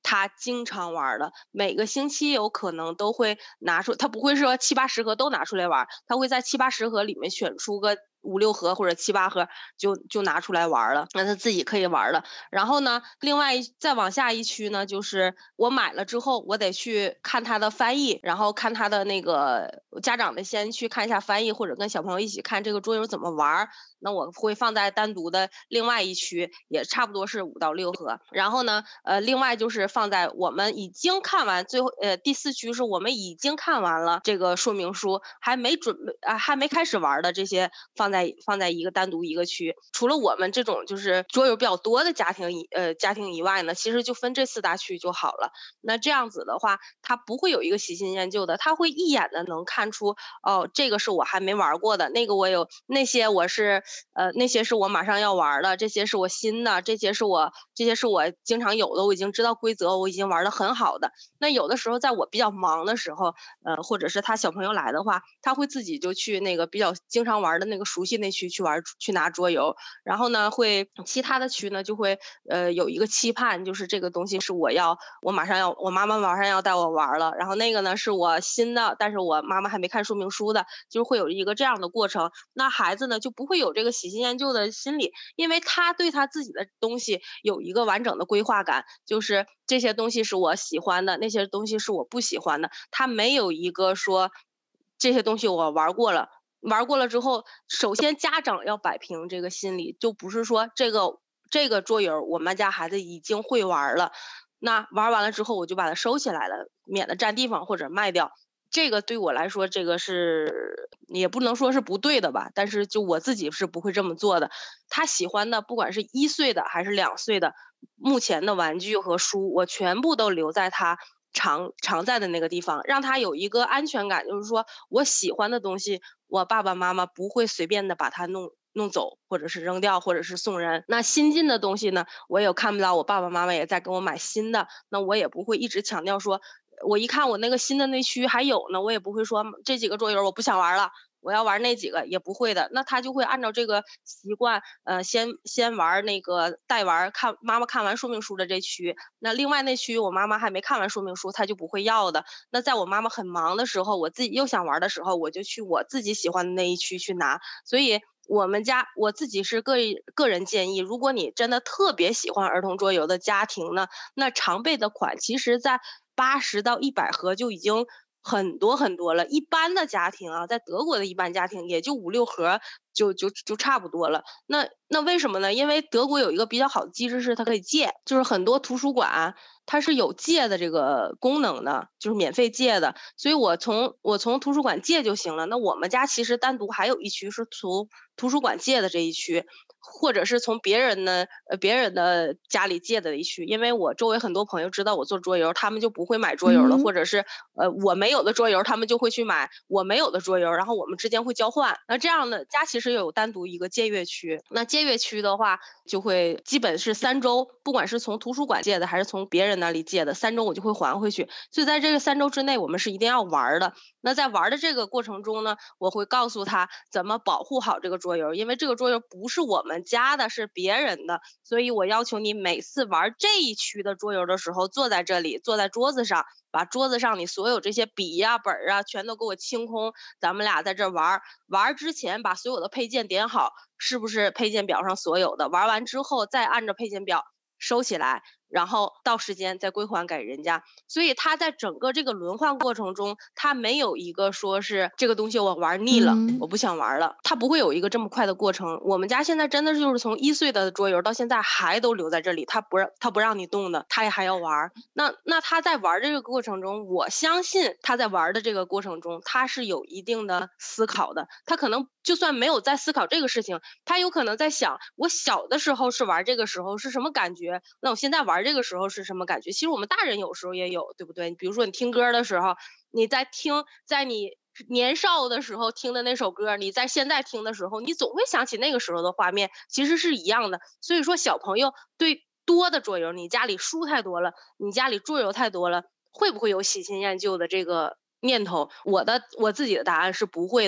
他经常玩的，每个星期有可能都会拿出，他不会说七八十盒都拿出来玩，他会在七八十盒里面选出个五六盒或者七八盒就就拿出来玩了，那他自己可以玩了。然后呢，另外再往下一区呢，就是我买了之后，我得去看他的翻译，然后看他的那个家长的先去看一下翻译，或者跟小朋友一起看这个桌游怎么玩。那我会放在单独的另外一区，也差不多是五到六盒。然后呢，呃，另外就是放在我们已经看完最后，呃，第四区是我们已经看完了这个说明书，还没准备啊、呃，还没开始玩的这些，放在放在一个单独一个区。除了我们这种就是桌游比较多的家庭以呃家庭以外呢，其实就分这四大区就好了。那这样子的话，他不会有一个喜新厌旧的，他会一眼的能看出，哦，这个是我还没玩过的，那个我有，那些我是。呃，那些是我马上要玩的，这些是我新的，这些是我这些是我经常有的，我已经知道规则，我已经玩的很好的。那有的时候在我比较忙的时候，呃，或者是他小朋友来的话，他会自己就去那个比较经常玩的那个熟悉那区去玩，去拿桌游。然后呢，会其他的区呢就会呃有一个期盼，就是这个东西是我要，我马上要，我妈妈马上要带我玩了。然后那个呢是我新的，但是我妈妈还没看说明书的，就是会有一个这样的过程。那孩子呢就不会有这个喜新厌旧的心理，因为他对他自己的东西有一个完整的规划感，就是这些东西是我喜欢的，那些东西是我不喜欢的，他没有一个说这些东西我玩过了。玩过了之后，首先家长要摆平这个心理，就不是说这个这个桌游我们家孩子已经会玩了，那玩完了之后我就把它收起来了，免得占地方或者卖掉。这个对我来说，这个是也不能说是不对的吧，但是就我自己是不会这么做的。他喜欢的，不管是一岁的还是两岁的，目前的玩具和书，我全部都留在他常常在的那个地方，让他有一个安全感，就是说我喜欢的东西，我爸爸妈妈不会随便的把它弄弄走，或者是扔掉，或者是送人。那新进的东西呢，我也看不到我爸爸妈妈也在给我买新的，那我也不会一直强调说，我一看我那个新的那区还有呢，我也不会说这几个桌游我不想玩了，我要玩那几个，也不会的。那他就会按照这个习惯，呃，先先玩那个带玩，看妈妈看完说明书的这区，那另外那区我妈妈还没看完说明书，他就不会要的。那在我妈妈很忙的时候，我自己又想玩的时候，我就去我自己喜欢的那一区去拿。所以我们家我自己是个个人建议，如果你真的特别喜欢儿童桌游的家庭呢，那常备的款其实在八十到一百盒就已经很多很多了。一般的家庭啊，在德国的一般家庭也就五六盒就就就差不多了。那那为什么呢？因为德国有一个比较好的机制是它可以借，就是很多图书馆它是有借的这个功能的，就是免费借的。所以我从我从图书馆借就行了。那我们家其实单独还有一区是从图书馆借的这一区，或者是从别人的呃别人的家里借的一区。因为我周围很多朋友知道我做桌游，他们就不会买桌游了， 嗯或者是呃我没有的桌游，他们就会去买我没有的桌游，然后我们之间会交换。那这样的家其实有单独一个借阅区。那借阅区的话，就会基本是三周，不管是从图书馆借的还是从别人那里借的，三周我就会还回去。所以在这个三周之内，我们是一定要玩的。那在玩的这个过程中呢，我会告诉他怎么保护好这个桌游，因为这个桌游不是我们家的，是别人的，所以我要求你每次玩这一区的桌游的时候，坐在这里，坐在桌子上，把桌子上你所有这些笔呀、本儿啊，全都给我清空。咱们俩在这玩，玩之前把所有的配件点好，是不是配件表上所有的？玩完之后再按照配件表收起来，然后到时间再归还给人家。所以他在整个这个轮换过程中，他没有一个说是这个东西我玩腻了， 嗯我不想玩了，他不会有一个这么快的过程。我们家现在真的就是从一岁的桌游到现在还都留在这里，他不让他不让你动的，他也还要玩。那那他在玩这个过程中，我相信他在玩的这个过程中，他是有一定的思考的。他可能就算没有在思考这个事情，他有可能在想，我小的时候是玩这个时候是什么感觉，那我现在玩这个时候是什么感觉。其实我们大人有时候也有，对不对？比如说你听歌的时候，你在听在你年少的时候听的那首歌，你在现在听的时候，你总会想起那个时候的画面，其实是一样的。所以说小朋友对多的桌游，你家里书太多了，你家里桌游太多了，会不会有喜新厌旧的这个念头？我的我自己的答案是不会的。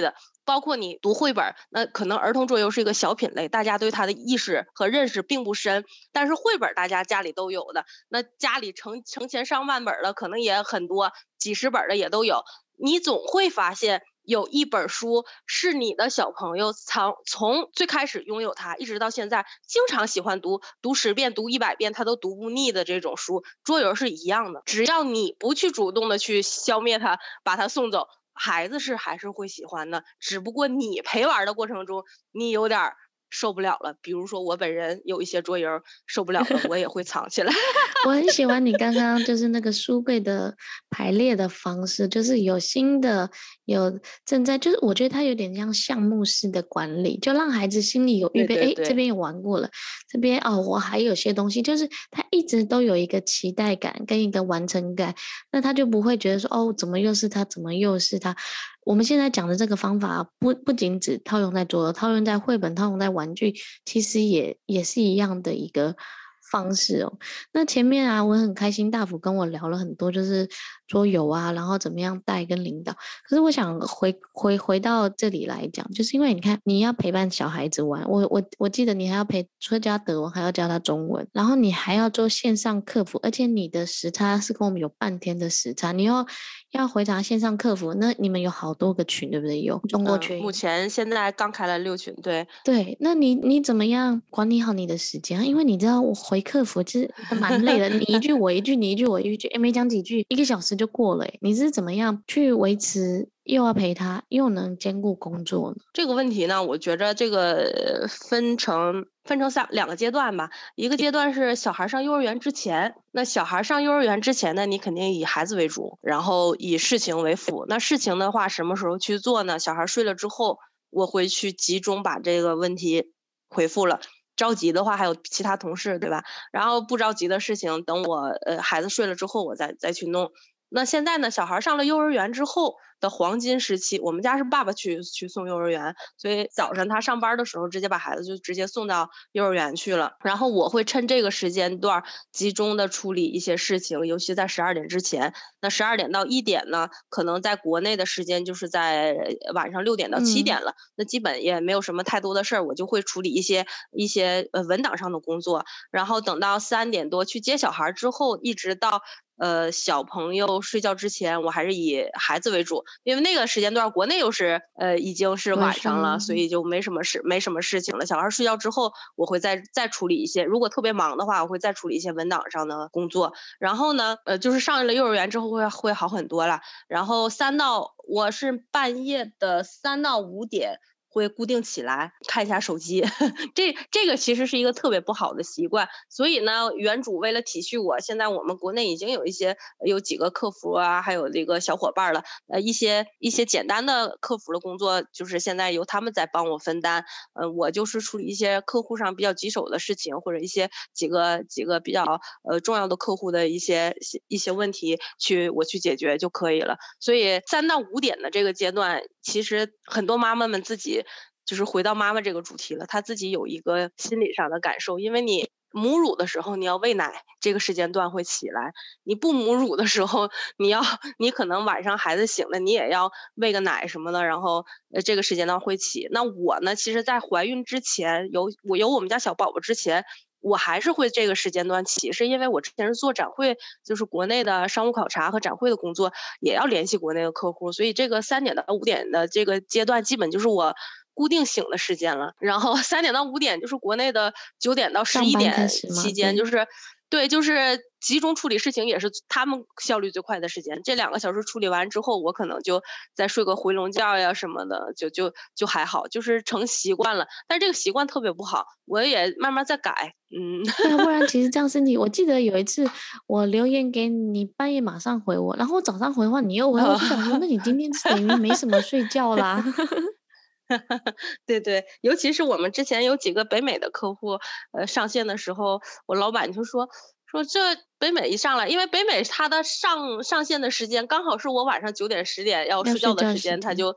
包括你读绘本，那可能儿童桌游是一个小品类，大家对它的意识和认识并不深，但是绘本大家家里都有的，那家里成成千上万本的可能也很多，几十本的也都有。你总会发现有一本书是你的小朋友从从最开始拥有它，一直到现在经常喜欢读，读十遍读一百遍他都读不腻的这种书，桌游是一样的，只要你不去主动的去消灭它，把它送走，孩子是还是会喜欢的，只不过你陪玩的过程中你有点受不了了，比如说我本人有一些桌游受不了了，我也会藏起来。 我很喜欢你刚刚就是那个书柜的排列的方式，就是有新的，有正在，就是我觉得它有点像项目式的管理，就让孩子心里有预备，哎，这边有玩过了，这边哦，我还有些东西，就是他一直都有一个期待感跟一个完成感，那他就不会觉得说，哦，怎么又是他，怎么又是他。我们现在讲的这个方法不不仅只套用在桌游，套用在绘本，套用在玩具，其实也也是一样的一个方式哦。那前面啊，我很开心，大福跟我聊了很多，就是桌游啊，然后怎么样带跟领导。可是我想回回回到这里来讲，就是因为你看，你要陪伴小孩子玩，我我我记得你还要陪，除了教德文，还要教他中文，然后你还要做线上客服，而且你的时差是跟我们有半天的时差，你要要回答线上客服，那你们有好多个群，对不对？有中国群， 嗯、目前现在刚开了六群，对对。那你你怎么样管理好你的时间？因为你知道我回客服其实蛮累的，你一句我一句，你一句我一句，诶没讲几句，一个小时就过了。你是怎么样去维持，又要陪他，又能兼顾工作呢？ 这个问题呢，我觉着这个分成分成三两个阶段吧。一个阶段是小孩上幼儿园之前，那小孩上幼儿园之前呢，你肯定以孩子为主，然后以事情为辅。那事情的话，什么时候去做呢？小孩睡了之后，我会去集中把这个问题回复了。着急的话还有其他同事，对吧？然后不着急的事情，等我呃孩子睡了之后，我再再去弄。那现在呢，小孩上了幼儿园之后的黄金时期，我们家是爸爸去去送幼儿园，所以早上他上班的时候，直接把孩子就直接送到幼儿园去了。然后我会趁这个时间段集中的处理一些事情，尤其在十二点之前。那十二点到一点呢，可能在国内的时间就是在晚上六点到七点了，嗯、那基本也没有什么太多的事儿，我就会处理一些一些呃文档上的工作。然后等到三点多去接小孩之后，一直到。呃，小朋友睡觉之前，我还是以孩子为主，因为那个时间段国内又是呃已经是晚上了，所以就没什么事，没什么事情了。小孩睡觉之后，我会再再处理一些，如果特别忙的话，我会再处理一些文档上的工作。然后呢，呃，就是上了幼儿园之后会会好很多了。然后三到我是半夜的三到五点。会固定起来看一下手机，这这个其实是一个特别不好的习惯，所以呢，原主为了体恤我，现在我们国内已经有一些有几个客服啊，还有这个小伙伴了，呃，一些一些简单的客服的工作，就是现在由他们在帮我分担，呃，我就是处理一些客户上比较棘手的事情，或者一些几个几个比较呃重要的客户的一些一些问题去我去解决就可以了。所以三到五点的这个阶段，其实很多妈妈们自己。就是回到妈妈这个主题了，她自己有一个心理上的感受，因为你母乳的时候你要喂奶，这个时间段会起来；你不母乳的时候，你要你可能晚上孩子醒了，你也要喂个奶什么的，然后呃这个时间段会起。那我呢，其实在怀孕之前，有我有我们家小宝宝之前。我还是会这个时间段起，是因为我之前是做展会，就是国内的商务考察和展会的工作，也要联系国内的客户，所以这个三点到五点的这个阶段，基本就是我固定醒的时间了。然后三点到五点就是国内的九点到十一点期间，就是对，就是集中处理事情，也是他们效率最快的时间。这两个小时处理完之后，我可能就再睡个回笼觉呀什么的，就就就还好，就是成习惯了。但是这个习惯特别不好，我也慢慢在改。嗯， 要不然其实这样身体，我记得有一次我留言给你，半夜马上回我，然后早上回话你又回我，就想说，那你今天是等于没什么睡觉啦。 对对，尤其是我们之前有几个北美的客户，呃，上线的时候，我老板就说说这北美一上来，因为北美它的上上线的时间刚好是我晚上九点十点要睡觉的时间，他就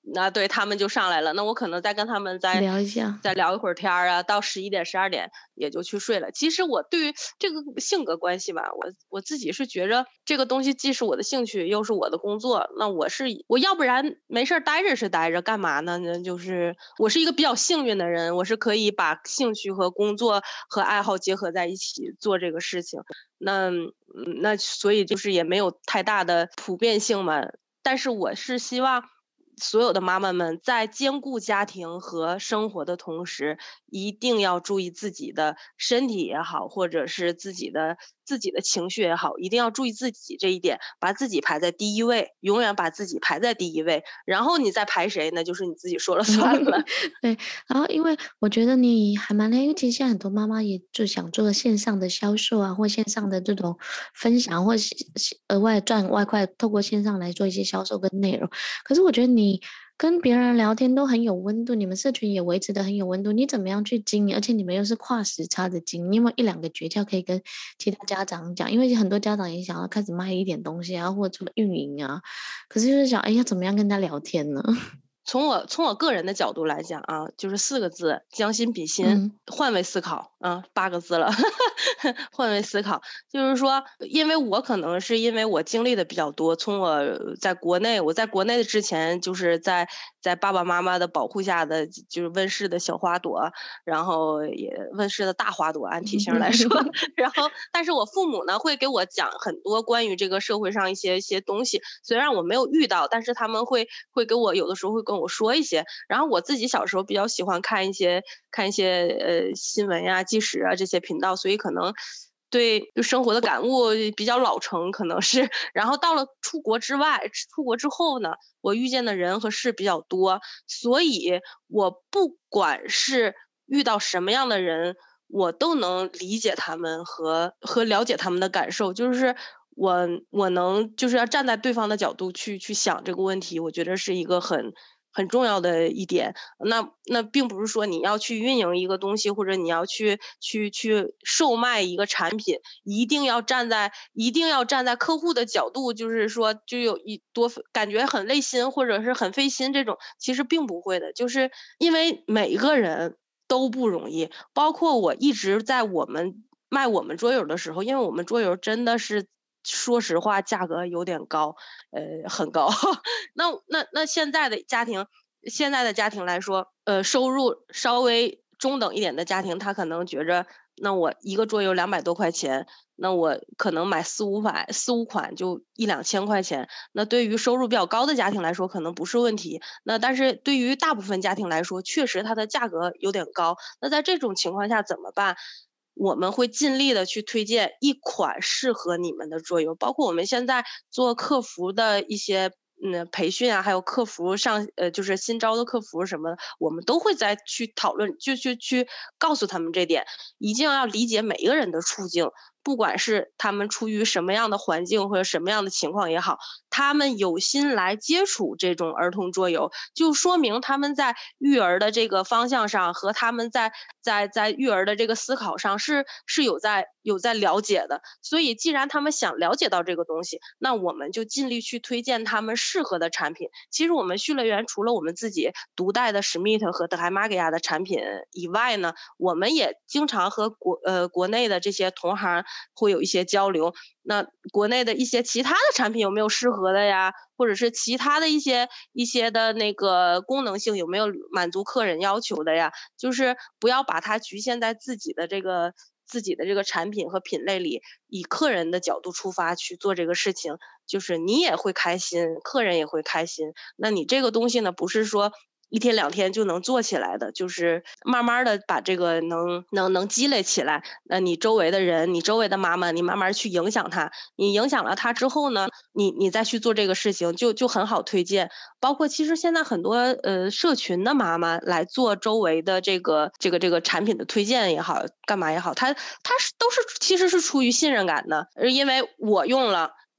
那对他们就上来了，那我可能再跟他们再聊一下， 再聊一会儿天儿啊，到十一点十二点也就去睡了。其实我对于这个性格关系吧，我我自己是觉着这个东西既是我的兴趣，又是我的工作。那我是我要不然没事待着是待着，干嘛呢？那就是我是一个比较幸运的人，我是可以把兴趣和工作和爱好结合在一起做这个事情。那那所以就是也没有太大的普遍性嘛。但是我是希望所有的妈妈们在兼顾家庭和生活的同时，一定要注意自己的身体也好，或者是自己的自己的情绪也好，一定要注意自己这一点，把自己排在第一位，永远把自己排在第一位，然后你再排谁，那就是你自己说了算了。 对，然后因为我觉得你还蛮累，因为其实现在很多妈妈也就想做线上的销售啊，或线上的这种分享，或是额外赚外快，透过线上来做一些销售跟内容。可是我觉得你跟别人聊天都很有温度，你们社群也维持得很有温度，你怎么样去经营？而且你们又是跨时差的经营，你有没有一两个诀窍可以跟其他家长讲？因为很多家长也想要开始卖一点东西啊，或者做运营啊，可是就是想，哎，要怎么样跟他聊天呢？ 从我从我个人的角度来讲啊，就是四个字：将心比心， 嗯换位思考啊，八个字了，换位思考。就是说，因为我可能是因为我经历的比较多，从我在国内，我在国内之前就是在在爸爸妈妈的保护下的，就是温室的小花朵，然后也温室的大花朵，按体型来说。然后，但是我父母呢会给我讲很多关于这个社会上一些一些东西，虽然我没有遇到，但是他们会会给我有的时候会跟我说一些。然后我自己小时候比较喜欢看一些看一些呃新闻呀、纪实啊这些频道，所以可能对生活的感悟比较老成，可能是。然后到了出国之外，出国之后呢，我遇见的人和事比较多，所以我不管是遇到什么样的人，我都能理解他们和和了解他们的感受，就是我我能就是要站在对方的角度去去想这个问题，我觉得是一个很很重要的一点。那那并不是说你要去运营一个东西，或者你要去去去售卖一个产品，一定要站在一定要站在客户的角度，就是说就有一多感觉很累心或者是很费心这种，其实并不会的，就是因为每个人都不容易，包括我一直在我们卖我们桌游的时候，因为我们桌游真的是说实话价格有点高，呃，很高。那那那现在的家庭现在的家庭来说，呃，收入稍微中等一点的家庭，他可能觉着，那我一个桌游两百多块钱，那我可能买四五百四五款就一两千块钱，那对于收入比较高的家庭来说可能不是问题。那但是对于大部分家庭来说，确实它的价格有点高。那在这种情况下怎么办？我们会尽力的去推荐一款适合你们的桌游，包括我们现在做客服的一些嗯培训啊，还有客服上呃就是新招的客服什么的，我们都会再去讨论，就去去告诉他们这点，一定要理解每一个人的处境。不管是他们处于什么样的环境或者什么样的情况也好，他们有心来接触这种儿童桌游，就说明他们在育儿的这个方向上和他们在在在育儿的这个思考上是是有在有在了解的。所以既然他们想了解到这个东西，那我们就尽力去推荐他们适合的产品。其实我们旭乐园除了我们自己独带的史密特和德海玛格亚的产品以外呢，我们也经常和国呃国内的这些同行会有一些交流。那国内的一些其他的产品有没有适合的呀？或者是其他的一些一些的那个功能性有没有满足客人要求的呀？就是不要把它局限在自己的这个自己的这个产品和品类里，以客人的角度出发去做这个事情，就是你也会开心，客人也会开心。那你这个东西呢，不是说一天两天就能做起来的，就是慢慢的把这个能能能积累起来。那你周围的人，你周围的妈妈，你慢慢去影响他，你影响了他之后呢，你你再去做这个事情，就就很好推荐。包括其实现在很多呃社群的妈妈来做周围的这个这个这个产品的推荐也好，干嘛也好，他他是都是其实是出于信任感的，因为我用了。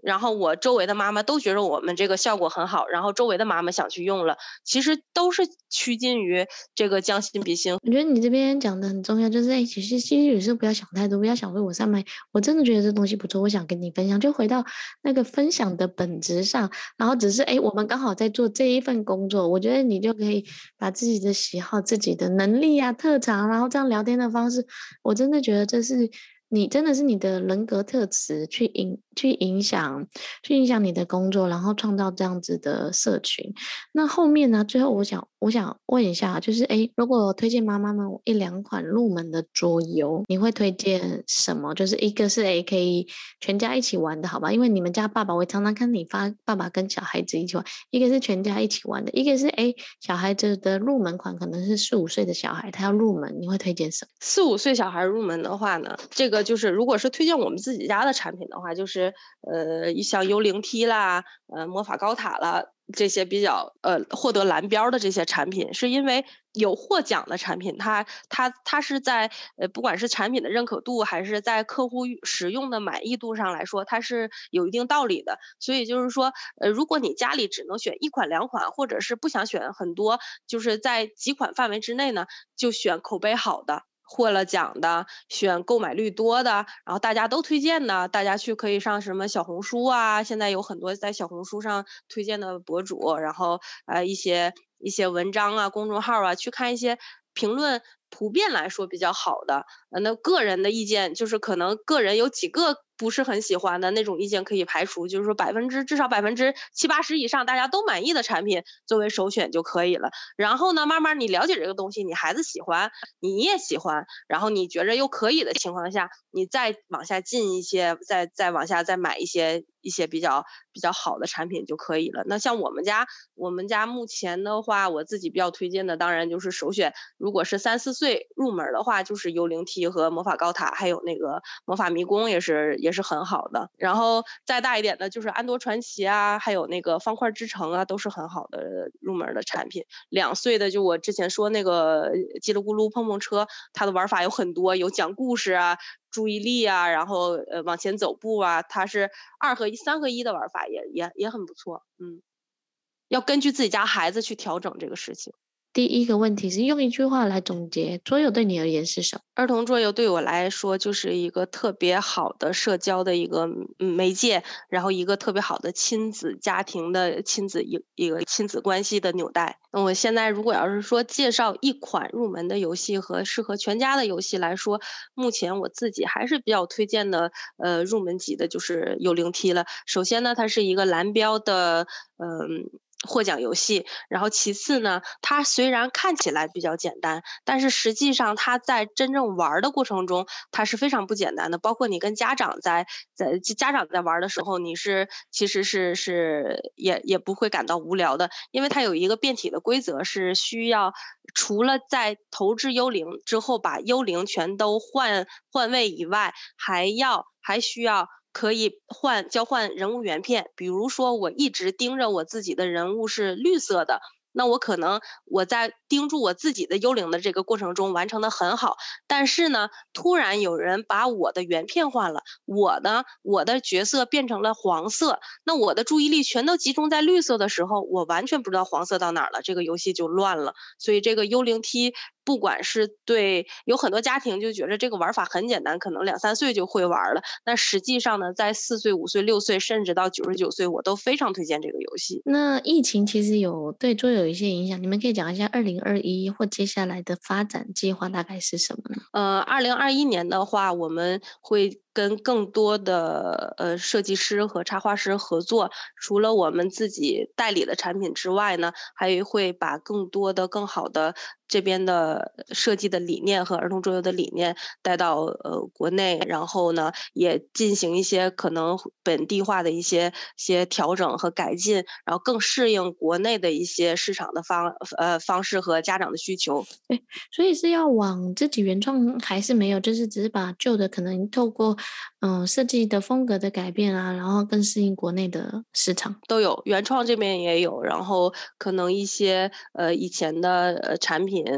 然后我周围的妈妈都觉得我们这个效果很好，然后周围的妈妈想去用了，其实都是趋近于这个将心比心。 我觉得你这边讲的很重要，就是哎，其实其实有时候不要想太多，不要想说我上麦，我真的觉得这东西不错，我想跟你分享，就回到那个分享的本质上，然后只是哎，我们刚好在做这一份工作，我觉得你就可以把自己的喜好、自己的能力啊、特长，然后这样聊天的方式，我真的觉得这是你真的是你的人格特质去影去影响去影响你的工作，然后创造这样子的社群。那后面呢？最后我想我想问一下，就是诶，如果推荐妈妈们一两款入门的桌游，你会推荐什么？就是一个是诶可以全家一起玩的，好吧？因为你们家爸爸，我常常看你发爸爸跟小孩子一起玩，一个是全家一起玩的，一个是诶小孩子的入门款可能是四五岁的小孩，他要入门，你会推荐什么？ 四五岁小孩入门的话呢，这个就是如果是推荐我们自己家的产品的话，就是呃像幽灵梯啦，呃魔法高塔啦，这些比较呃获得蓝标的这些产品，是因为有获奖的产品，它它它是在呃不管是产品的认可度，还是在客户使用的满意度上来说，它是有一定道理的。所以就是说，呃如果你家里只能选一款两款，或者是不想选很多，就是在几款范围之内呢，就选口碑好的。获了奖的，选购买率多的，然后大家都推荐的，大家去可以上什么小红书啊，现在有很多在小红书上推荐的博主，然后呃一些一些文章啊、公众号啊，去看一些评论，普遍来说比较好的。呃，那个人的意见就是可能个人有几个不是很喜欢的那种意见可以排除，就是说百分之至少百分之七八十以上大家都满意的产品作为首选就可以了。然后呢，慢慢你了解这个东西，你孩子喜欢，你也喜欢，然后你觉着又可以的情况下，你再往下进一些，再再往下再买一些一些比较比较好的产品就可以了。那像我们家我们家目前的话，我自己比较推荐的当然就是首选，如果是三四岁入门的话，就是幽灵梯和魔法高塔，还有那个魔法迷宫也是也是很好的。然后再大一点的就是安多传奇啊，还有那个方块之城啊，都是很好的入门的产品。两岁的就我之前说那个叽里咕噜碰碰车，它的玩法有很多，有讲故事啊、注意力啊，然后呃往前走步啊，它是二合一、三合一的玩法也也也很不错。嗯，要根据自己家孩子去调整这个事情。 第一个问题是用一句话来总结，桌游对你而言是什么？ 儿童桌游对我来说就是一个特别好的社交的一个嗯媒介，然后一个特别好的亲子家庭的亲子一一个亲子关系的纽带。那我现在如果要是说介绍一款入门的游戏和适合全家的游戏来说，目前我自己还是比较推荐的，呃，入门级的就是幽灵梯了。首先呢，它是一个蓝标的，嗯、获奖游戏，然后其次呢，它虽然看起来比较简单，但是实际上它在真正玩儿的过程中，它是非常不简单的。包括你跟家长在在家长在玩儿的时候，你是其实是是也也不会感到无聊的，因为它有一个变体的规则，是需要除了在投掷幽灵之后把幽灵全都换换位以外，还要还需要可以换交换人物原片。比如说我一直盯着我自己的人物是绿色的，那我可能我在盯住我自己的幽灵的这个过程中完成的很好，但是呢，突然有人把我的原片换了，我呢，我的角色变成了黄色，那我的注意力全都集中在绿色的时候，我完全不知道黄色到哪儿了，这个游戏就乱了。所以这个幽灵梯不管是对有很多家庭就觉得这个玩法很简单，可能两三岁就会玩了，那实际上呢，在四岁、五岁、六岁，甚至到九十九岁，我都非常推荐这个游戏。 那疫情其实有对桌游有一些影响，你们可以讲一下二零二一或接下来的发展计划大概是什么呢？ 呃，二零二一年的话，我们会跟更多的呃设计师和插画师合作，除了我们自己代理的产品之外呢，还会把更多的、更好的这边的设计的理念和儿童桌游的理念带到呃国内，然后呢，也进行一些可能本地化的一些些调整和改进，然后更适应国内的一些市场的方呃方式和家长的需求。 对，所以是要往自己原创还是没有，就是只是把旧的可能透过嗯、呃设计的风格的改变啊，然后更适应国内的市场。 都有，原创这边也有，然后可能一些呃以前的呃产品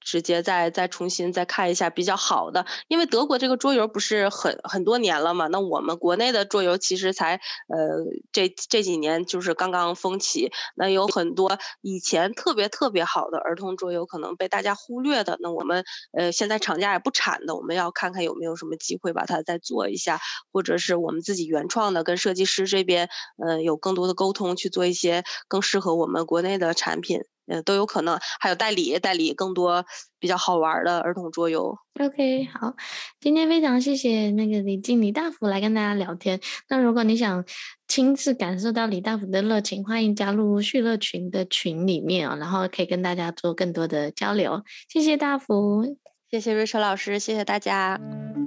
直接再再重新再看一下比较好的。因为德国这个桌游不是很很多年了嘛，那我们国内的桌游其实才呃这这几年就是刚刚风起，那有很多以前特别特别好的儿童桌游可能被大家忽略的，那我们呃现在厂家也不产的，我们要看看有没有什么机会把它再做一下，或者是我们自己原创的跟设计师这边呃有更多的沟通，去做一些更适合我们国内的产品。呃，都有可能，还有代理，代理更多比较好玩的儿童桌游。 OK，好，今天非常谢谢那个李静李大福来跟大家聊天。那如果你想亲自感受到李大福的热情，欢迎加入旭乐群的群里面哦，然后可以跟大家做更多的交流。谢谢大福， 谢谢瑞车老师，谢谢大家。